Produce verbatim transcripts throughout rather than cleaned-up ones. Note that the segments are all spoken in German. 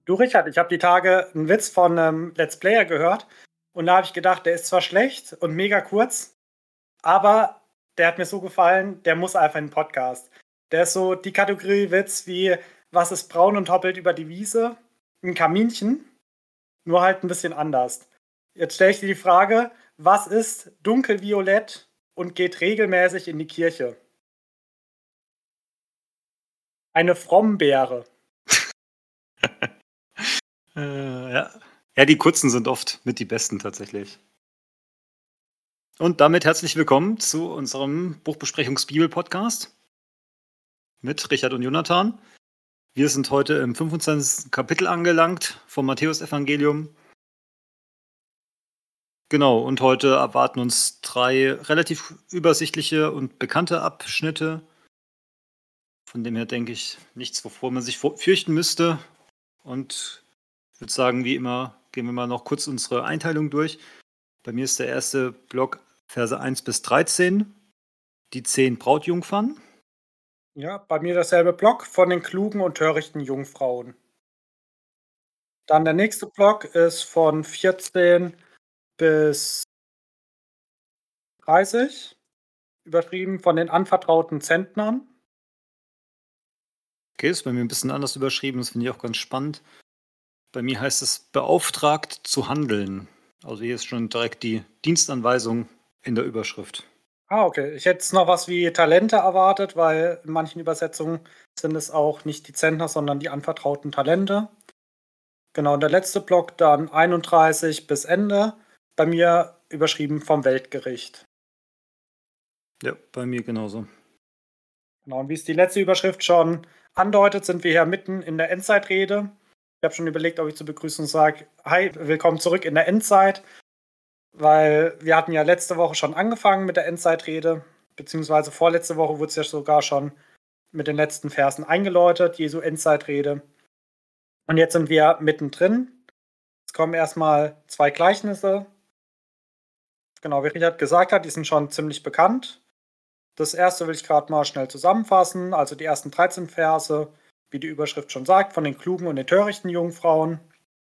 Du, Richard, ich habe die Tage einen Witz von einem Let's Player gehört und da habe ich gedacht, der ist zwar schlecht und mega kurz, aber der hat mir so gefallen, der muss einfach in den Podcast. Der ist so die Kategorie Witz wie, was ist braun und hoppelt über die Wiese? Ein Kaminchen, nur halt ein bisschen anders. Jetzt stelle ich dir die Frage, was ist dunkelviolett und geht regelmäßig in die Kirche? Eine Frombeere. Äh, ja. ja, die kurzen sind oft mit die besten tatsächlich. Und damit herzlich willkommen zu unserem Buchbesprechungs-Bibel-Podcast mit Richard und Jonathan. Wir sind heute im fünfundzwanzigsten Kapitel angelangt vom Matthäusevangelium. Genau, und heute erwarten uns drei relativ übersichtliche und bekannte Abschnitte. Von dem her denke ich, nichts, wovor man sich fürchten müsste. Und ich würde sagen, wie immer, gehen wir mal noch kurz unsere Einteilung durch. Bei mir ist der erste Block Verse eins bis dreizehn, die zehn Brautjungfern. Ja, bei mir dasselbe Block von den klugen und törichten Jungfrauen. Dann der nächste Block ist von vierzehn bis dreißig, überschrieben von den anvertrauten Zentnern. Okay, ist bei mir ein bisschen anders überschrieben, das finde ich auch ganz spannend. Bei mir heißt es beauftragt zu handeln. Also hier ist schon direkt die Dienstanweisung in der Überschrift. Ah, okay. Ich hätte jetzt noch was wie Talente erwartet, weil in manchen Übersetzungen sind es auch nicht die Zentner, sondern die anvertrauten Talente. Genau, und der letzte Block dann einunddreißig bis Ende. Bei mir überschrieben vom Weltgericht. Ja, bei mir genauso. Genau, und wie es die letzte Überschrift schon andeutet, sind wir hier mitten in der Endzeitrede. Ich habe schon überlegt, ob ich zur Begrüßung sage, hi, willkommen zurück in der Endzeit, weil wir hatten ja letzte Woche schon angefangen mit der Endzeitrede, beziehungsweise vorletzte Woche wurde es ja sogar schon mit den letzten Versen eingeläutet, Jesu Endzeitrede. Und jetzt sind wir mittendrin. Es kommen erstmal zwei Gleichnisse. Genau, wie Richard gesagt hat, die sind schon ziemlich bekannt. Das erste will ich gerade mal schnell zusammenfassen, also die ersten dreizehn Verse, wie die Überschrift schon sagt, von den klugen und den törichten Jungfrauen.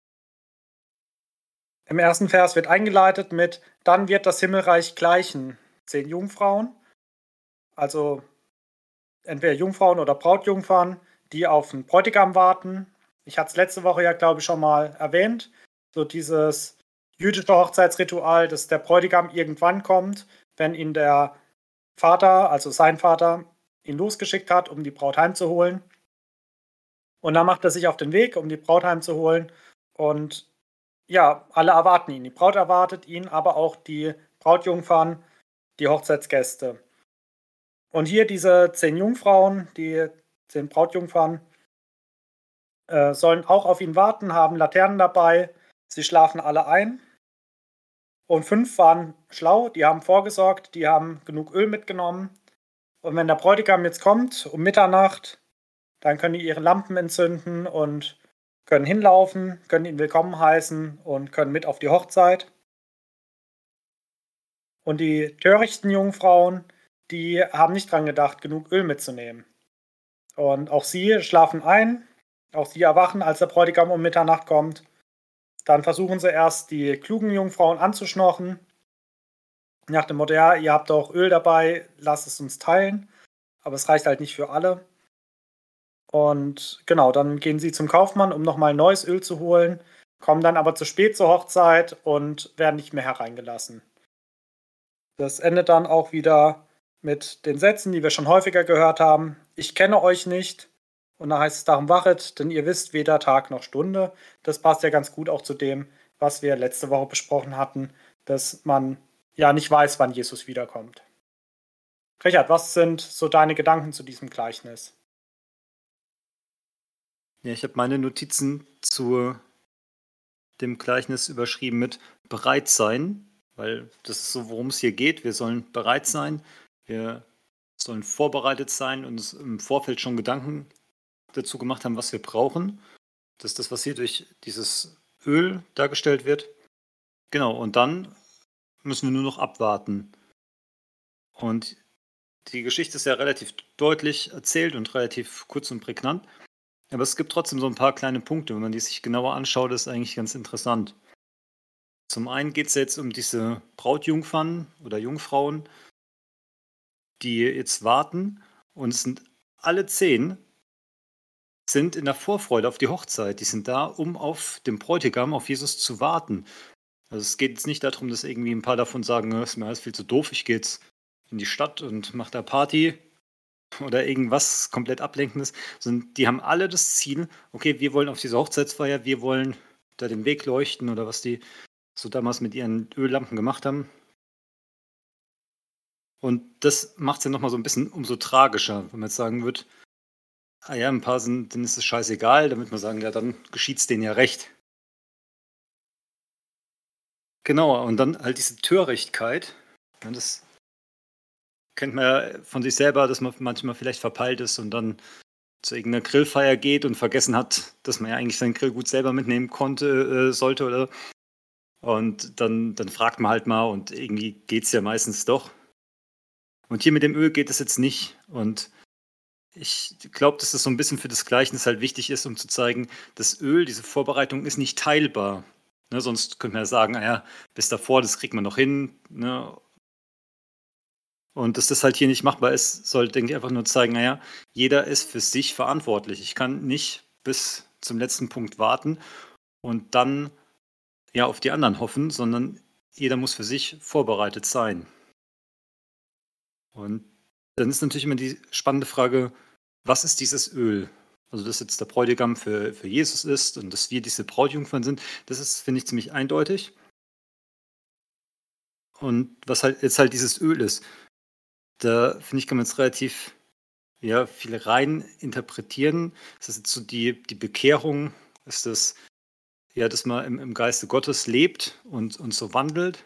Im ersten Vers wird eingeleitet mit, dann wird das Himmelreich gleichen zehn Jungfrauen, also entweder Jungfrauen oder Brautjungfern, die auf einen Bräutigam warten. Ich hatte es letzte Woche ja, glaube ich, schon mal erwähnt, so dieses jüdische Hochzeitsritual, dass der Bräutigam irgendwann kommt, wenn ihn der Vater, also sein Vater, ihn losgeschickt hat, um die Braut heimzuholen. Und dann macht er sich auf den Weg, um die Braut heimzuholen. Und ja, alle erwarten ihn. Die Braut erwartet ihn, aber auch die Brautjungfern, die Hochzeitsgäste. Und hier diese zehn Jungfrauen, die zehn Brautjungfern, äh, sollen auch auf ihn warten, haben Laternen dabei. Sie schlafen alle ein. Und fünf waren schlau, die haben vorgesorgt, die haben genug Öl mitgenommen. Und wenn der Bräutigam jetzt kommt um Mitternacht, dann können die ihre Lampen entzünden und können hinlaufen, können ihn willkommen heißen und können mit auf die Hochzeit. Und die törichten Jungfrauen, die haben nicht dran gedacht, genug Öl mitzunehmen. Und auch sie schlafen ein, auch sie erwachen, als der Bräutigam um Mitternacht kommt. Dann versuchen sie erst, die klugen Jungfrauen anzuschnorchen. Nach dem Motto, ja, ihr habt auch Öl dabei, lasst es uns teilen. Aber es reicht halt nicht für alle. Und genau, dann gehen sie zum Kaufmann, um nochmal neues Öl zu holen, kommen dann aber zu spät zur Hochzeit und werden nicht mehr hereingelassen. Das endet dann auch wieder mit den Sätzen, die wir schon häufiger gehört haben. Ich kenne euch nicht. Und da heißt es, darum wachet, denn ihr wisst weder Tag noch Stunde. Das passt ja ganz gut auch zu dem, was wir letzte Woche besprochen hatten, dass man ja nicht weiß, wann Jesus wiederkommt. Richard, was sind so deine Gedanken zu diesem Gleichnis? Ja, ich habe meine Notizen zu dem Gleichnis überschrieben mit bereit sein, weil das ist so, worum es hier geht. Wir sollen bereit sein, wir sollen vorbereitet sein und uns im Vorfeld schon Gedanken dazu gemacht haben, was wir brauchen. Das ist das, was hier durch dieses Öl dargestellt wird. Genau, und dann müssen wir nur noch abwarten. Und die Geschichte ist ja relativ deutlich erzählt und relativ kurz und prägnant. Aber es gibt trotzdem so ein paar kleine Punkte, wenn man die sich genauer anschaut, ist eigentlich ganz interessant. Zum einen geht es jetzt um diese Brautjungfern oder Jungfrauen, die jetzt warten, und es sind alle zehn sind in der Vorfreude auf die Hochzeit. Die sind da, um auf den Bräutigam, auf Jesus zu warten. Also es geht jetzt nicht darum, dass irgendwie ein paar davon sagen: „Es ist mir alles viel zu doof, ich gehe jetzt in die Stadt und mache da Party“ oder irgendwas komplett Ablenkendes, sondern die haben alle das Ziel: „Okay, wir wollen auf diese Hochzeitsfeier, wir wollen da den Weg leuchten“, oder was die so damals mit ihren Öllampen gemacht haben. Und das macht es ja noch mal so ein bisschen umso tragischer, wenn man jetzt sagen würde: „Ah ja, ein paar sind denen ist es scheißegal“, damit man sagen: „Ja, dann geschieht's denen ja recht.“ Genau, und dann halt diese Törichtkeit, ja, das kennt man ja von sich selber, dass man manchmal vielleicht verpeilt ist und dann zu irgendeiner Grillfeier geht und vergessen hat, dass man ja eigentlich sein Grillgut selber mitnehmen konnte äh, sollte, oder? Und dann dann fragt man halt mal und irgendwie geht's ja meistens doch. Und hier mit dem Öl geht es jetzt nicht. Und ich glaube, dass das so ein bisschen für das Gleichnis halt wichtig ist, um zu zeigen, das Öl, diese Vorbereitung ist nicht teilbar. Ne, sonst könnte man ja sagen: „Ah ja, bis davor, das kriegt man noch hin“, ne? Und dass das halt hier nicht machbar ist, soll, denke ich, einfach nur zeigen, na ja, jeder ist für sich verantwortlich. Ich kann nicht bis zum letzten Punkt warten und dann, ja, auf die anderen hoffen, sondern jeder muss für sich vorbereitet sein. Und dann ist natürlich immer die spannende Frage: Was ist dieses Öl? Also, dass jetzt der Bräutigam für für Jesus ist und dass wir diese Brautjungfern sind, das ist, finde ich, ziemlich eindeutig. Und was halt jetzt halt dieses Öl ist, da finde ich, kann man jetzt relativ, ja, viel rein interpretieren. Ist das jetzt so die die Bekehrung? Ist das, ja, dass man im im Geiste Gottes lebt und und so wandelt?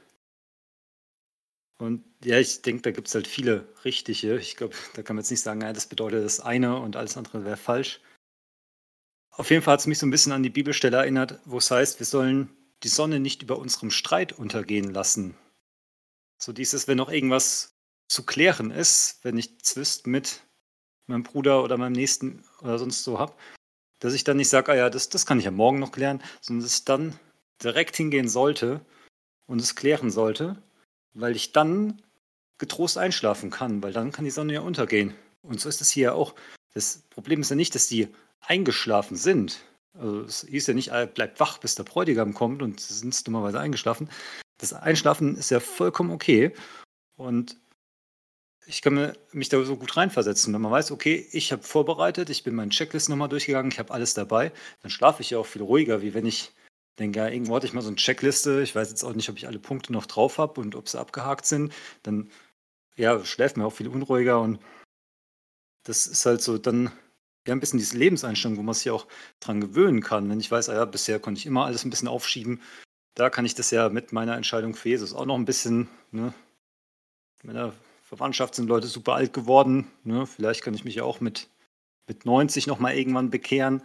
Und ja, ich denke, da gibt es halt viele richtige. Ich glaube, da kann man jetzt nicht sagen: „Ja, das bedeutet das eine und alles andere wäre falsch.“ Auf jeden Fall hat es mich so ein bisschen an die Bibelstelle erinnert, wo es heißt, wir sollen die Sonne nicht über unserem Streit untergehen lassen. So dieses, wenn noch irgendwas zu klären ist, wenn ich Zwist mit meinem Bruder oder meinem Nächsten oder sonst so habe, dass ich dann nicht sage: „Ah ja, das das kann ich ja morgen noch klären“, sondern dass ich dann direkt hingehen sollte und es klären sollte, weil ich dann getrost einschlafen kann, weil dann kann die Sonne ja untergehen. Und so ist es hier ja auch. Das Problem ist ja nicht, dass die eingeschlafen sind. Also, es hieß ja nicht: „Ah, bleibt wach, bis der Bräutigam kommt“, und sie sind dummerweise eingeschlafen. Das Einschlafen ist ja vollkommen okay, und ich kann mir mich da so gut reinversetzen, wenn man weiß: „Okay, ich habe vorbereitet, ich bin meine Checkliste noch mal durchgegangen, ich habe alles dabei“, dann schlafe ich ja auch viel ruhiger, wie wenn ich denke: „Ja, irgendwo hatte ich mal so 'ne Checkliste, ich weiß jetzt auch nicht, ob ich alle Punkte noch drauf habe und ob sie abgehakt sind.“ Dann, ja, schläft man auch viel unruhiger, und das ist halt so dann, ja, 'n bisschen diese Lebenseinstellung, wo man sich auch dran gewöhnen kann. Wenn ich weiß: „Ah ja, bisher konnte ich immer alles 'n bisschen aufschieben“, da kann ich das ja mit meiner Entscheidung für Jesus auch noch 'n bisschen, ne? In meiner Verwandtschaft sind Leute super alt geworden, ne? Vielleicht kann ich mich ja auch mit mit neunzig noch mal irgendwann bekehren.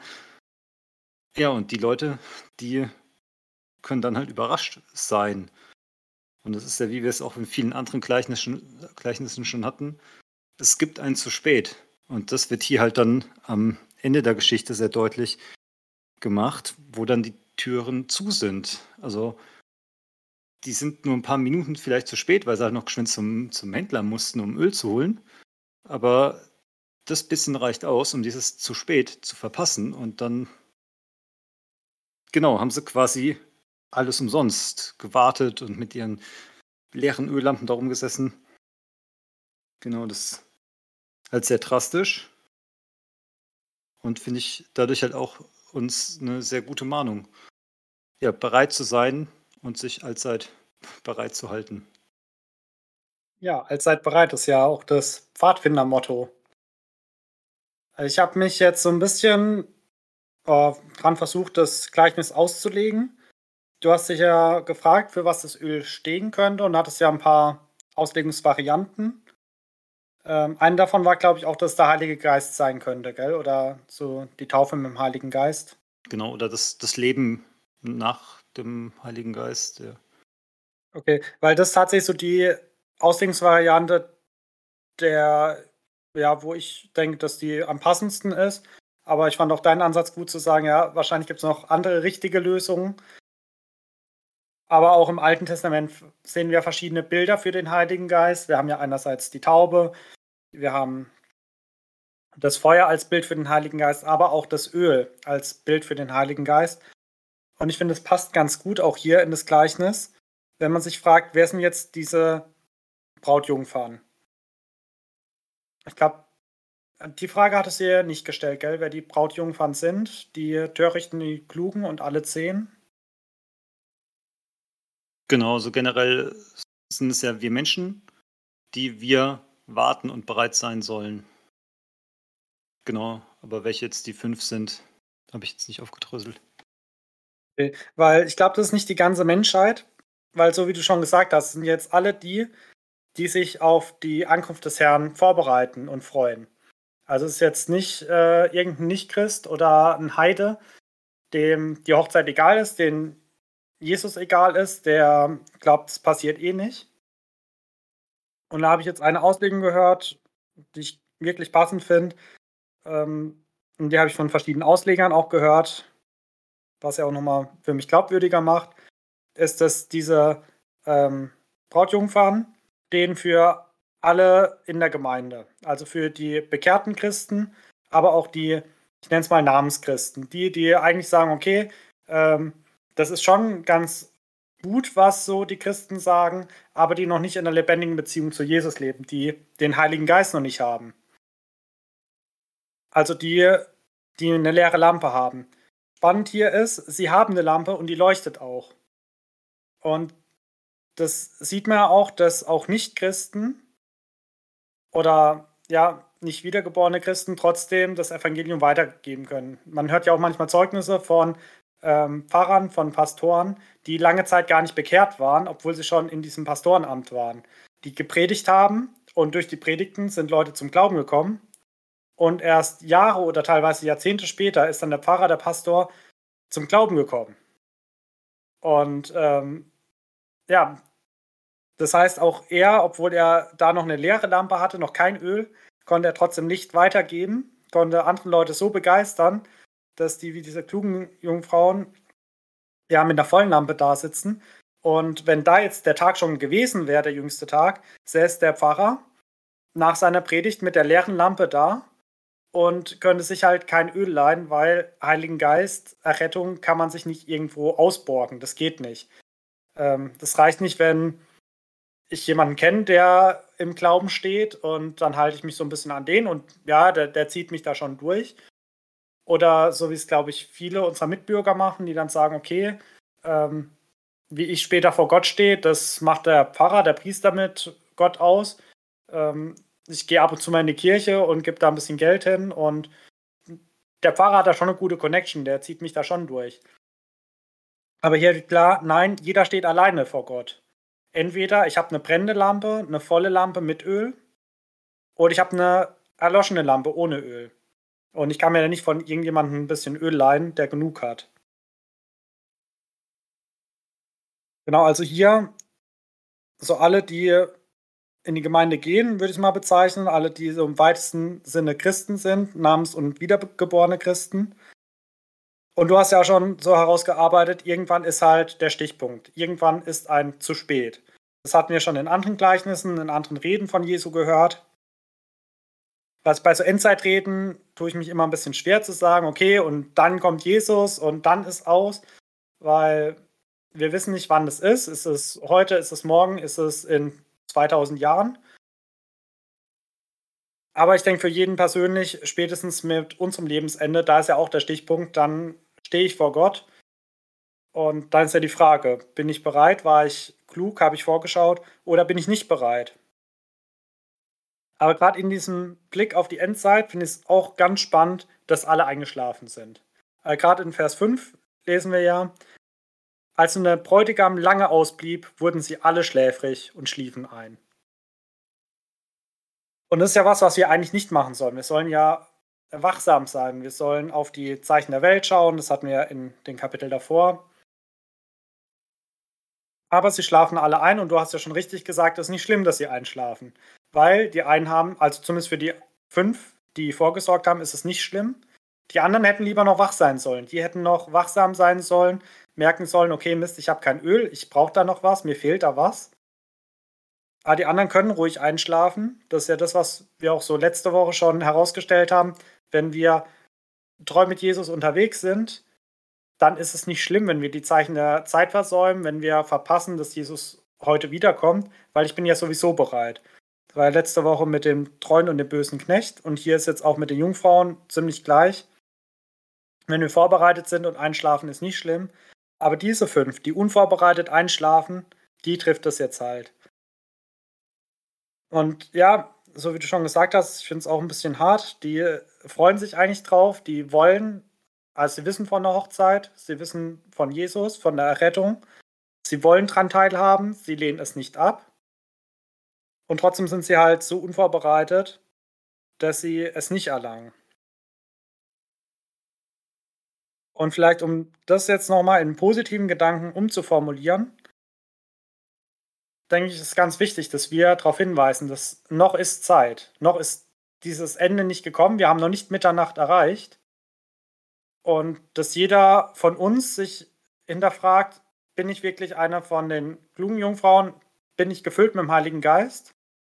Ja, und die Leute, die können dann halt überrascht sein. Und das ist ja, wie wir es auch in vielen anderen Gleichnissen Gleichnissen schon hatten. Es gibt ein zu spät. Und das wird hier halt dann am Ende der Geschichte sehr deutlich gemacht, wo dann die Türen zu sind. Also, die sind nur ein paar Minuten vielleicht zu spät, weil sie halt noch geschwind zum zum Händler mussten, um Öl zu holen. Aber das bisschen reicht aus, um dieses zu spät zu verpassen, und dann, genau, haben sie quasi alles umsonst gewartet und mit ihren leeren Öllampen da rumgesessen. Genau, das ist halt sehr drastisch und finde ich dadurch halt auch uns eine sehr gute Mahnung. Ja, bereit zu sein und sich allzeit bereit zu halten. Ja, allzeit bereit ist ja auch das Pfadfindermotto. Ich habe mich jetzt so ein bisschen, äh, dran versucht, das Gleichnis auszulegen. Du hast dich ja gefragt, für was das Öl stehen könnte, und hattest ja ein paar Auslegungsvarianten. Ähm, eine davon war, glaube ich, auch, dass der Heilige Geist sein könnte, gell? Oder so die Taufe mit dem Heiligen Geist. Genau, oder das das Leben nach dem Heiligen Geist, ja. Okay, weil das tatsächlich so die Auslegungsvariante der, ja, wo ich denke, dass die am passendsten ist. Aber ich fand auch deinen Ansatz gut zu sagen, ja, wahrscheinlich gibt es noch andere richtige Lösungen. Aber auch im Alten Testament sehen wir verschiedene Bilder für den Heiligen Geist. Wir haben ja einerseits die Taube, wir haben das Feuer als Bild für den Heiligen Geist, aber auch das Öl als Bild für den Heiligen Geist. Und ich finde, es passt ganz gut auch hier in das Gleichnis, wenn man sich fragt, wer sind jetzt diese Brautjungfern? Ich glaube, die Frage hat es ihr nicht gestellt, gell? Wer die Brautjungfern sind, die Törichten, die Klugen und alle zehn. Genau, so generell sind es ja wir Menschen, die wir warten und bereit sein sollen. Genau, aber welche jetzt die fünf sind, habe ich jetzt nicht aufgedröselt. Okay. Weil ich glaube, das ist nicht die ganze Menschheit, weil so wie du schon gesagt hast, sind jetzt alle die, die sich auf die Ankunft des Herrn vorbereiten und freuen. Also es ist jetzt nicht äh, irgendein Nichtchrist oder ein Heide, dem die Hochzeit egal ist, den Jesus egal ist, der glaubt, es passiert eh nicht. Und da habe ich jetzt eine Auslegung gehört, die ich wirklich passend finde. Ähm, und die habe ich von verschiedenen Auslegern auch gehört, was ja auch nochmal für mich glaubwürdiger macht, ist, dass diese ähm, Brautjungfern stehen für alle in der Gemeinde. Also für die bekehrten Christen, aber auch die, ich nenne es mal Namenschristen, die, die eigentlich sagen, okay, ähm, das ist schon ganz gut, was so die Christen sagen, aber die noch nicht in einer lebendigen Beziehung zu Jesus leben, die den Heiligen Geist noch nicht haben. Also die, die eine leere Lampe haben. Spannend hier ist, sie haben eine Lampe und die leuchtet auch. Und das sieht man ja auch, dass auch Nicht-Christen oder ja, nicht wiedergeborene Christen trotzdem das Evangelium weitergeben können. Man hört ja auch manchmal Zeugnisse von ähm, Pfarrern, von Pastoren, die lange Zeit gar nicht bekehrt waren, obwohl sie schon in diesem Pastorenamt waren, die gepredigt haben und durch die Predigten sind Leute zum Glauben gekommen und erst Jahre oder teilweise Jahrzehnte später ist dann der Pfarrer, der Pastor zum Glauben gekommen. Und ähm, ja, das heißt auch er, obwohl er da noch eine leere Lampe hatte, noch kein Öl, konnte er trotzdem Licht weitergeben, konnte andere Leute so begeistern, dass die wie diese klugen Jungfrauen ja mit einer vollen Lampe da sitzen. Und wenn da jetzt der Tag schon gewesen wäre, der jüngste Tag, säß der Pfarrer nach seiner Predigt mit der leeren Lampe da und könnte sich halt kein Öl leihen, weil Heiligen Geist, Errettung kann man sich nicht irgendwo ausborgen. Das geht nicht. Ähm, das reicht nicht, wenn ich jemanden kenne, der im Glauben steht und dann halte ich mich so ein bisschen an den und ja, der, der zieht mich da schon durch. Oder so wie es, glaube ich, viele unserer Mitbürger machen, die dann sagen, okay, ähm, wie ich später vor Gott stehe, das macht der Pfarrer, der Priester mit Gott aus. Ähm, ich gehe ab und zu mal in die Kirche und gebe da ein bisschen Geld hin und der Pfarrer hat da schon eine gute Connection, der zieht mich da schon durch. Aber hier klar, nein, jeder steht alleine vor Gott. Entweder ich habe eine brennende Lampe, eine volle Lampe mit Öl, oder ich habe eine erloschene Lampe ohne Öl. Und ich kann mir ja nicht von irgendjemandem ein bisschen Öl leihen, der genug hat. Genau, also hier, so alle, die in die Gemeinde gehen, würde ich mal bezeichnen, alle, die so im weitesten Sinne Christen sind, namens- und wiedergeborene Christen. Und du hast ja schon so herausgearbeitet, irgendwann ist halt der Stichpunkt. Irgendwann ist ein zu spät. Das hatten wir schon in anderen Gleichnissen, in anderen Reden von Jesu gehört. Was bei so Endzeitreden tue ich mich immer ein bisschen schwer zu sagen, okay, und dann kommt Jesus und dann ist aus, weil wir wissen nicht, wann es ist. Ist es heute, ist es morgen, ist es in zweitausend Jahren? Aber ich denke für jeden persönlich, spätestens mit unserem Lebensende, da ist ja auch der Stichpunkt, dann stehe ich vor Gott. Und dann ist ja die Frage, bin ich bereit? War ich klug? Habe ich vorgeschaut? Oder bin ich nicht bereit? Aber gerade in diesem Blick auf die Endzeit finde ich es auch ganz spannend, dass alle eingeschlafen sind. Äh, gerade in Vers fünf lesen wir ja, als nun der Bräutigam lange ausblieb, wurden sie alle schläfrig und schliefen ein. Und das ist ja was, was wir eigentlich nicht machen sollen. Wir sollen ja wachsam sein. Wir sollen auf die Zeichen der Welt schauen. Das hatten wir in den Kapitel davor. Aber sie schlafen alle ein und du hast ja schon richtig gesagt, es ist nicht schlimm, dass sie einschlafen. Weil die einen haben, also zumindest für die fünf, die vorgesorgt haben, ist es nicht schlimm. Die anderen hätten lieber noch wach sein sollen. Die hätten noch wachsam sein sollen, merken sollen, okay, Mist, ich habe kein Öl, ich brauche da noch was, mir fehlt da was. Aber die anderen können ruhig einschlafen. Das ist ja das, was wir auch so letzte Woche schon herausgestellt haben. Wenn wir treu mit Jesus unterwegs sind, dann ist es nicht schlimm, wenn wir die Zeichen der Zeit versäumen, wenn wir verpassen, dass Jesus heute wiederkommt, weil ich bin ja sowieso bereit. Das war ja letzte Woche mit dem treuen und dem bösen Knecht und hier ist jetzt auch mit den Jungfrauen ziemlich gleich. Wenn wir vorbereitet sind und einschlafen, ist nicht schlimm. Aber diese fünf, die unvorbereitet einschlafen, die trifft es jetzt halt. Und ja, so wie du schon gesagt hast, ich finde es auch ein bisschen hart. Die freuen sich eigentlich drauf, die wollen, also sie wissen von der Hochzeit, sie wissen von Jesus, von der Errettung. Sie wollen dran teilhaben, sie lehnen es nicht ab. Und trotzdem sind sie halt so unvorbereitet, dass sie es nicht erlangen. Und vielleicht, um das jetzt nochmal in positiven Gedanken umzuformulieren, denke ich, ist es ganz wichtig, dass wir darauf hinweisen, dass noch ist Zeit. Noch ist dieses Ende nicht gekommen. Wir haben noch nicht Mitternacht erreicht. Und dass jeder von uns sich hinterfragt, bin ich wirklich einer von den klugen Jungfrauen? Bin ich gefüllt mit dem Heiligen Geist?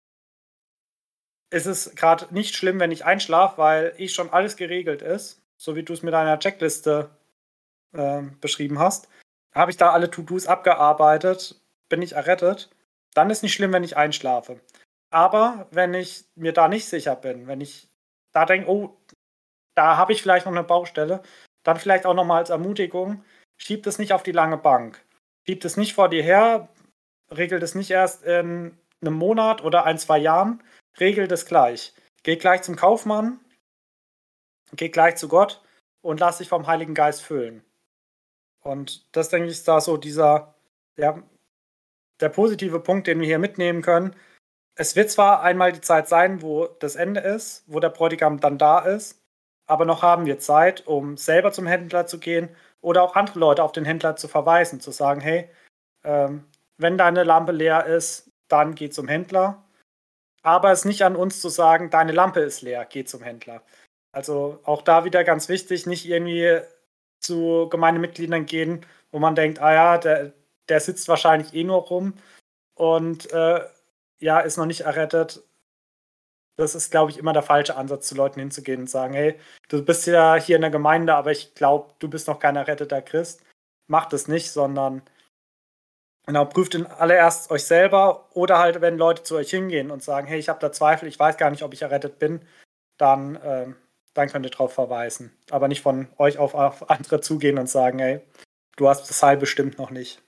Ist es gerade nicht schlimm, wenn ich einschlafe, weil eh schon alles geregelt ist, so wie du es mit deiner Checkliste äh, beschrieben hast? Habe ich da alle To-Dos abgearbeitet? Bin ich errettet? Dann ist nicht schlimm, wenn ich einschlafe. Aber wenn ich mir da nicht sicher bin, wenn ich da denke, oh, da habe ich vielleicht noch eine Baustelle, dann vielleicht auch nochmal als Ermutigung, schieb es nicht auf die lange Bank. Schieb es nicht vor dir her, regelt es nicht erst in einem Monat oder ein, zwei Jahren, regelt es gleich. Geh gleich zum Kaufmann, geh gleich zu Gott und lass dich vom Heiligen Geist füllen. Und das, denke ich, ist da so dieser, ja, der positive Punkt, den wir hier mitnehmen können. Es wird zwar einmal die Zeit sein, wo das Ende ist, wo der Bräutigam dann da ist, aber noch haben wir Zeit, um selber zum Händler zu gehen oder auch andere Leute auf den Händler zu verweisen, zu sagen, hey, ähm, wenn deine Lampe leer ist, dann geh zum Händler. Aber es ist nicht an uns zu sagen, deine Lampe ist leer, geh zum Händler. Also auch da wieder ganz wichtig, nicht irgendwie zu Gemeindemitgliedern gehen, wo man denkt, ah ja, der, der sitzt wahrscheinlich eh nur rum und äh, ja, ist noch nicht errettet. Das ist, glaube ich, immer der falsche Ansatz, zu Leuten hinzugehen und sagen, hey, du bist ja hier in der Gemeinde, aber ich glaube, du bist noch kein erretteter Christ. Macht es nicht, sondern genau, prüft in allererst euch selber oder halt, wenn Leute zu euch hingehen und sagen, hey, ich habe da Zweifel, ich weiß gar nicht, ob ich errettet bin, dann, ähm, dann könnt ihr darauf verweisen. Aber nicht von euch auf, auf andere zugehen und sagen, hey, du hast das Heil bestimmt noch nicht.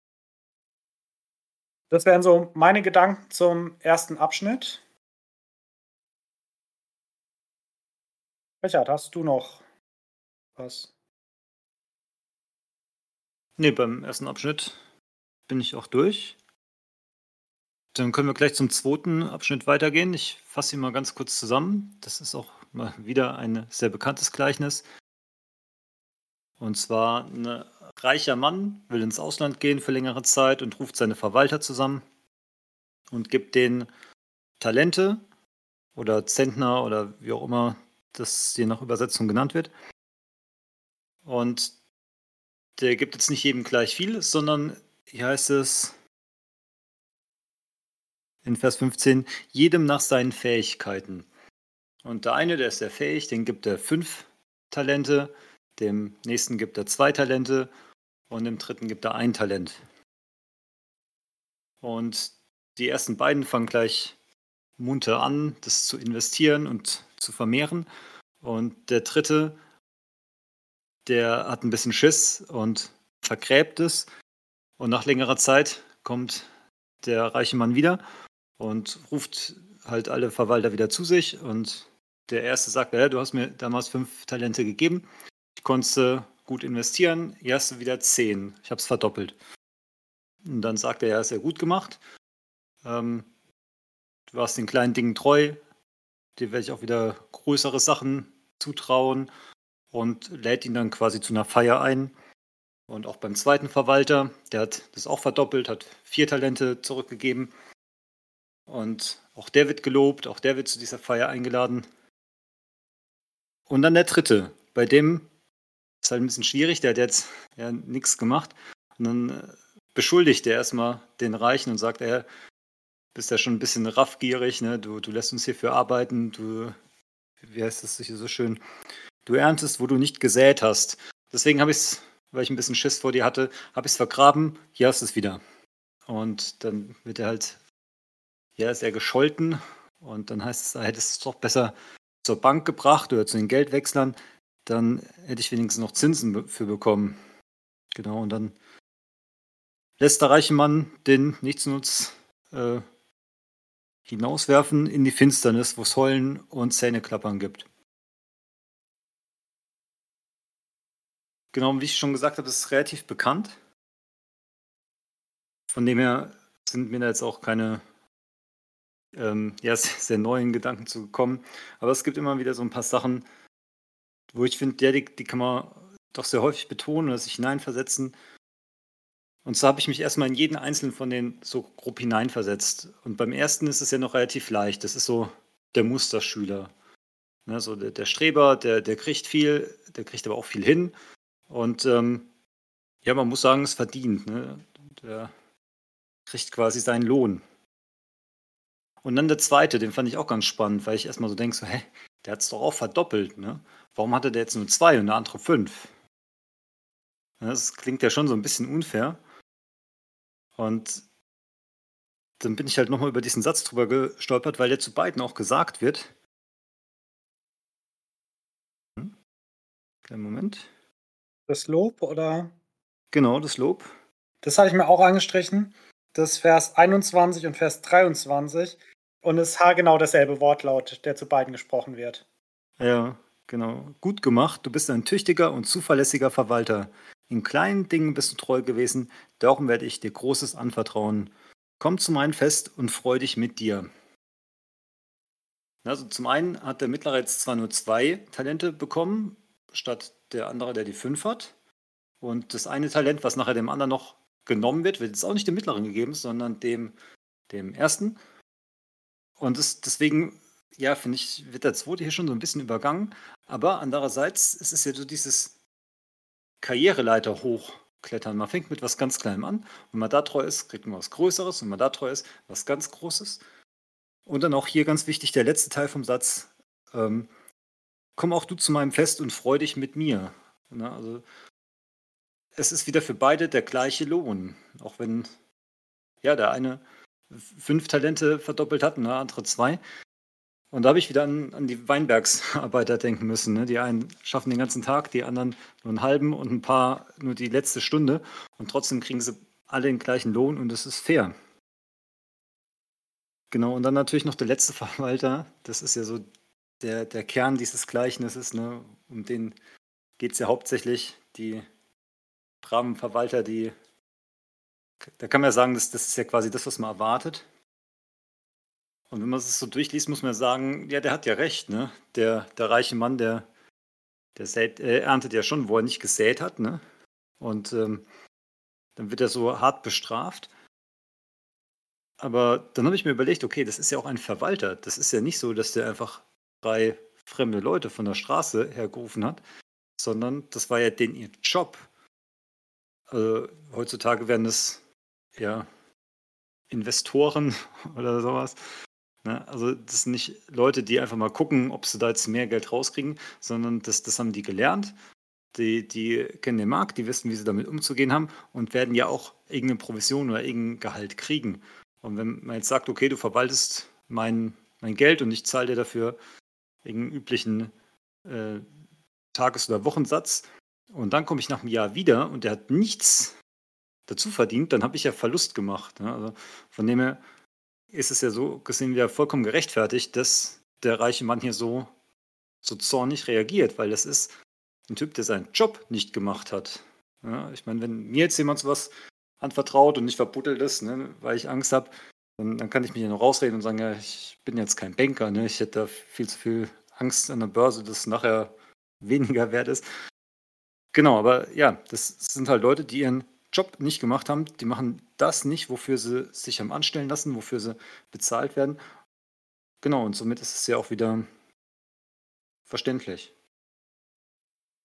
Das wären so meine Gedanken zum ersten Abschnitt. Richard, hast du noch was? Ne, beim ersten Abschnitt bin ich auch durch. Dann können wir gleich zum zweiten Abschnitt weitergehen. Ich fasse ihn mal ganz kurz zusammen. Das ist auch mal wieder ein sehr bekanntes Gleichnis. Und zwar ein reicher Mann will ins Ausland gehen für längere Zeit und ruft seine Verwalter zusammen und gibt denen Talente oder Zentner oder wie auch immer das je nach Übersetzung genannt wird. Und der gibt jetzt nicht jedem gleich viel, sondern hier heißt es in Vers fünfzehn, jedem nach seinen Fähigkeiten. Und der eine, der ist sehr fähig, den gibt er fünf Talente, dem nächsten gibt er zwei Talente und dem dritten gibt er ein Talent. Und die ersten beiden fangen gleich munter an, das zu investieren und zu vermehren. Und der dritte, der hat ein bisschen Schiss und vergräbt es. Und nach längerer Zeit kommt der reiche Mann wieder und ruft halt alle Verwalter wieder zu sich. Und der erste sagt, ja, du hast mir damals fünf Talente gegeben. Ich konnte gut investieren. Hier hast du wieder zehn. Ich habe es verdoppelt. Und dann sagt er, ja, ist ja gut gemacht. Ähm, du warst den kleinen Dingen treu. Dir werde ich auch wieder größere Sachen zutrauen und lädt ihn dann quasi zu einer Feier ein. Und auch beim zweiten Verwalter, der hat das auch verdoppelt, hat vier Talente zurückgegeben. Und auch der wird gelobt, auch der wird zu dieser Feier eingeladen. Und dann der dritte, bei dem ist halt ein bisschen schwierig, der hat jetzt ja nichts gemacht. Und dann äh, beschuldigt er erstmal den Reichen und sagt, er bist ja schon ein bisschen raffgierig, ne? Du, du lässt uns hierfür arbeiten, du, wie heißt das hier so schön, du erntest, wo du nicht gesät hast. Deswegen habe ich es, weil ich ein bisschen Schiss vor dir hatte, habe ich es vergraben, hier hast du es wieder. Und dann wird er halt, ja, ist er gescholten und dann heißt es, er hätte es doch besser zur Bank gebracht oder zu den Geldwechslern, dann hätte ich wenigstens noch Zinsen be- für bekommen. Genau, und dann lässt der reiche Mann den Nichtsnutz äh, hinauswerfen in die Finsternis, wo es Heulen und Zähneklappern gibt. Genau, wie ich schon gesagt habe, ist es relativ bekannt. Von dem her sind mir da jetzt auch keine ähm, ja, sehr, sehr neuen Gedanken zu gekommen. Aber es gibt immer wieder so ein paar Sachen, wo ich finde, ja, die, die kann man doch sehr häufig betonen oder sich hineinversetzen. Und so habe ich mich erstmal in jeden einzelnen von denen so grob hineinversetzt. Und beim ersten ist es ja noch relativ leicht. Das ist so der Musterschüler. Ne? So der, der Streber, der, der kriegt viel, der kriegt aber auch viel hin. Und ähm, ja, man muss sagen, es verdient. Ne? Der kriegt quasi seinen Lohn. Und dann der zweite, den fand ich auch ganz spannend, weil ich erstmal so denke, so, hä, der hat es doch auch verdoppelt, ne? Warum hatte der jetzt nur zwei und der andere fünf? Ja, das klingt ja schon so ein bisschen unfair. Und dann bin ich halt nochmal über diesen Satz drüber gestolpert, weil der zu beiden auch gesagt wird. Hm, kleinen Moment. Das Lob oder? Genau, das Lob. Das hatte ich mir auch angestrichen. Das Vers einundzwanzig und Vers dreiundzwanzig. Und es ist haargenau derselbe Wortlaut, der zu beiden gesprochen wird. Ja, genau. Gut gemacht. Du bist ein tüchtiger und zuverlässiger Verwalter. In kleinen Dingen bist du treu gewesen, darum werde ich dir Großes anvertrauen. Komm zu meinem Fest und freu dich mit dir. Also zum einen hat der Mittlere jetzt zwar nur zwei Talente bekommen, statt der andere, der die fünf hat. Und das eine Talent, was nachher dem anderen noch genommen wird, wird jetzt auch nicht dem Mittleren gegeben, sondern dem, dem Ersten. Und das, deswegen, ja, finde ich, wird der Zweite hier schon so ein bisschen übergangen. Aber andererseits ist es ja so dieses Karriereleiter hochklettern. Man fängt mit was ganz Kleinem an. Wenn man da treu ist, kriegt man was Größeres. Wenn man da treu ist, was ganz Großes. Und dann auch hier ganz wichtig der letzte Teil vom Satz. Ähm, komm auch du zu meinem Fest und freu dich mit mir. Ne? Also es ist wieder für beide der gleiche Lohn. Auch wenn ja, der eine fünf Talente verdoppelt hat und der andere zwei. Und da habe ich wieder an, an die Weinbergsarbeiter denken müssen. Ne? Die einen schaffen den ganzen Tag, die anderen nur einen halben und ein paar nur die letzte Stunde. Und trotzdem kriegen sie alle den gleichen Lohn und es ist fair. Genau, und dann natürlich noch der letzte Verwalter. Das ist ja so der, der Kern dieses Gleichnisses. Ne? Um den geht es ja hauptsächlich. Die braven Verwalter, die, da kann man ja sagen, das, das ist ja quasi das, was man erwartet. Und wenn man es so durchliest, muss man sagen, ja, der hat ja recht, ne? Der, der reiche Mann, der, der sät, äh, erntet ja schon, wo er nicht gesät hat, ne? Und ähm, dann wird er so hart bestraft. Aber dann habe ich mir überlegt, okay, das ist ja auch ein Verwalter. Das ist ja nicht so, dass der einfach drei fremde Leute von der Straße hergerufen hat, sondern das war ja den ihr Job. Äh, heutzutage werden es ja Investoren oder sowas. Ne? Also das sind nicht Leute, die einfach mal gucken, ob sie da jetzt mehr Geld rauskriegen, sondern das, das haben die gelernt. Die, die kennen den Markt, die wissen, wie sie damit umzugehen haben und werden ja auch irgendeine Provision oder irgendein Gehalt kriegen. Und wenn man jetzt sagt, okay, du verwaltest mein, mein Geld und ich zahle dir dafür irgendeinen üblichen äh, Tages- oder Wochensatz und dann komme ich nach einem Jahr wieder und der hat nichts dazu verdient, dann habe ich ja Verlust gemacht. Ne? Also von dem her ist es ja so gesehen wieder vollkommen gerechtfertigt, dass der reiche Mann hier so, so zornig reagiert, weil das ist ein Typ, der seinen Job nicht gemacht hat. Ja, ich meine, wenn mir jetzt jemand sowas anvertraut und ich verbuddel das, ne, weil ich Angst habe, dann, dann kann ich mich ja noch rausreden und sagen, ja, ich bin jetzt kein Banker, ne, ich hätte da viel zu viel Angst an der Börse, dass es nachher weniger wert ist. Genau, aber ja, das sind halt Leute, die ihren Job nicht gemacht haben. Die machen das nicht, wofür sie sich haben anstellen lassen, wofür sie bezahlt werden. Genau, und somit ist es ja auch wieder verständlich.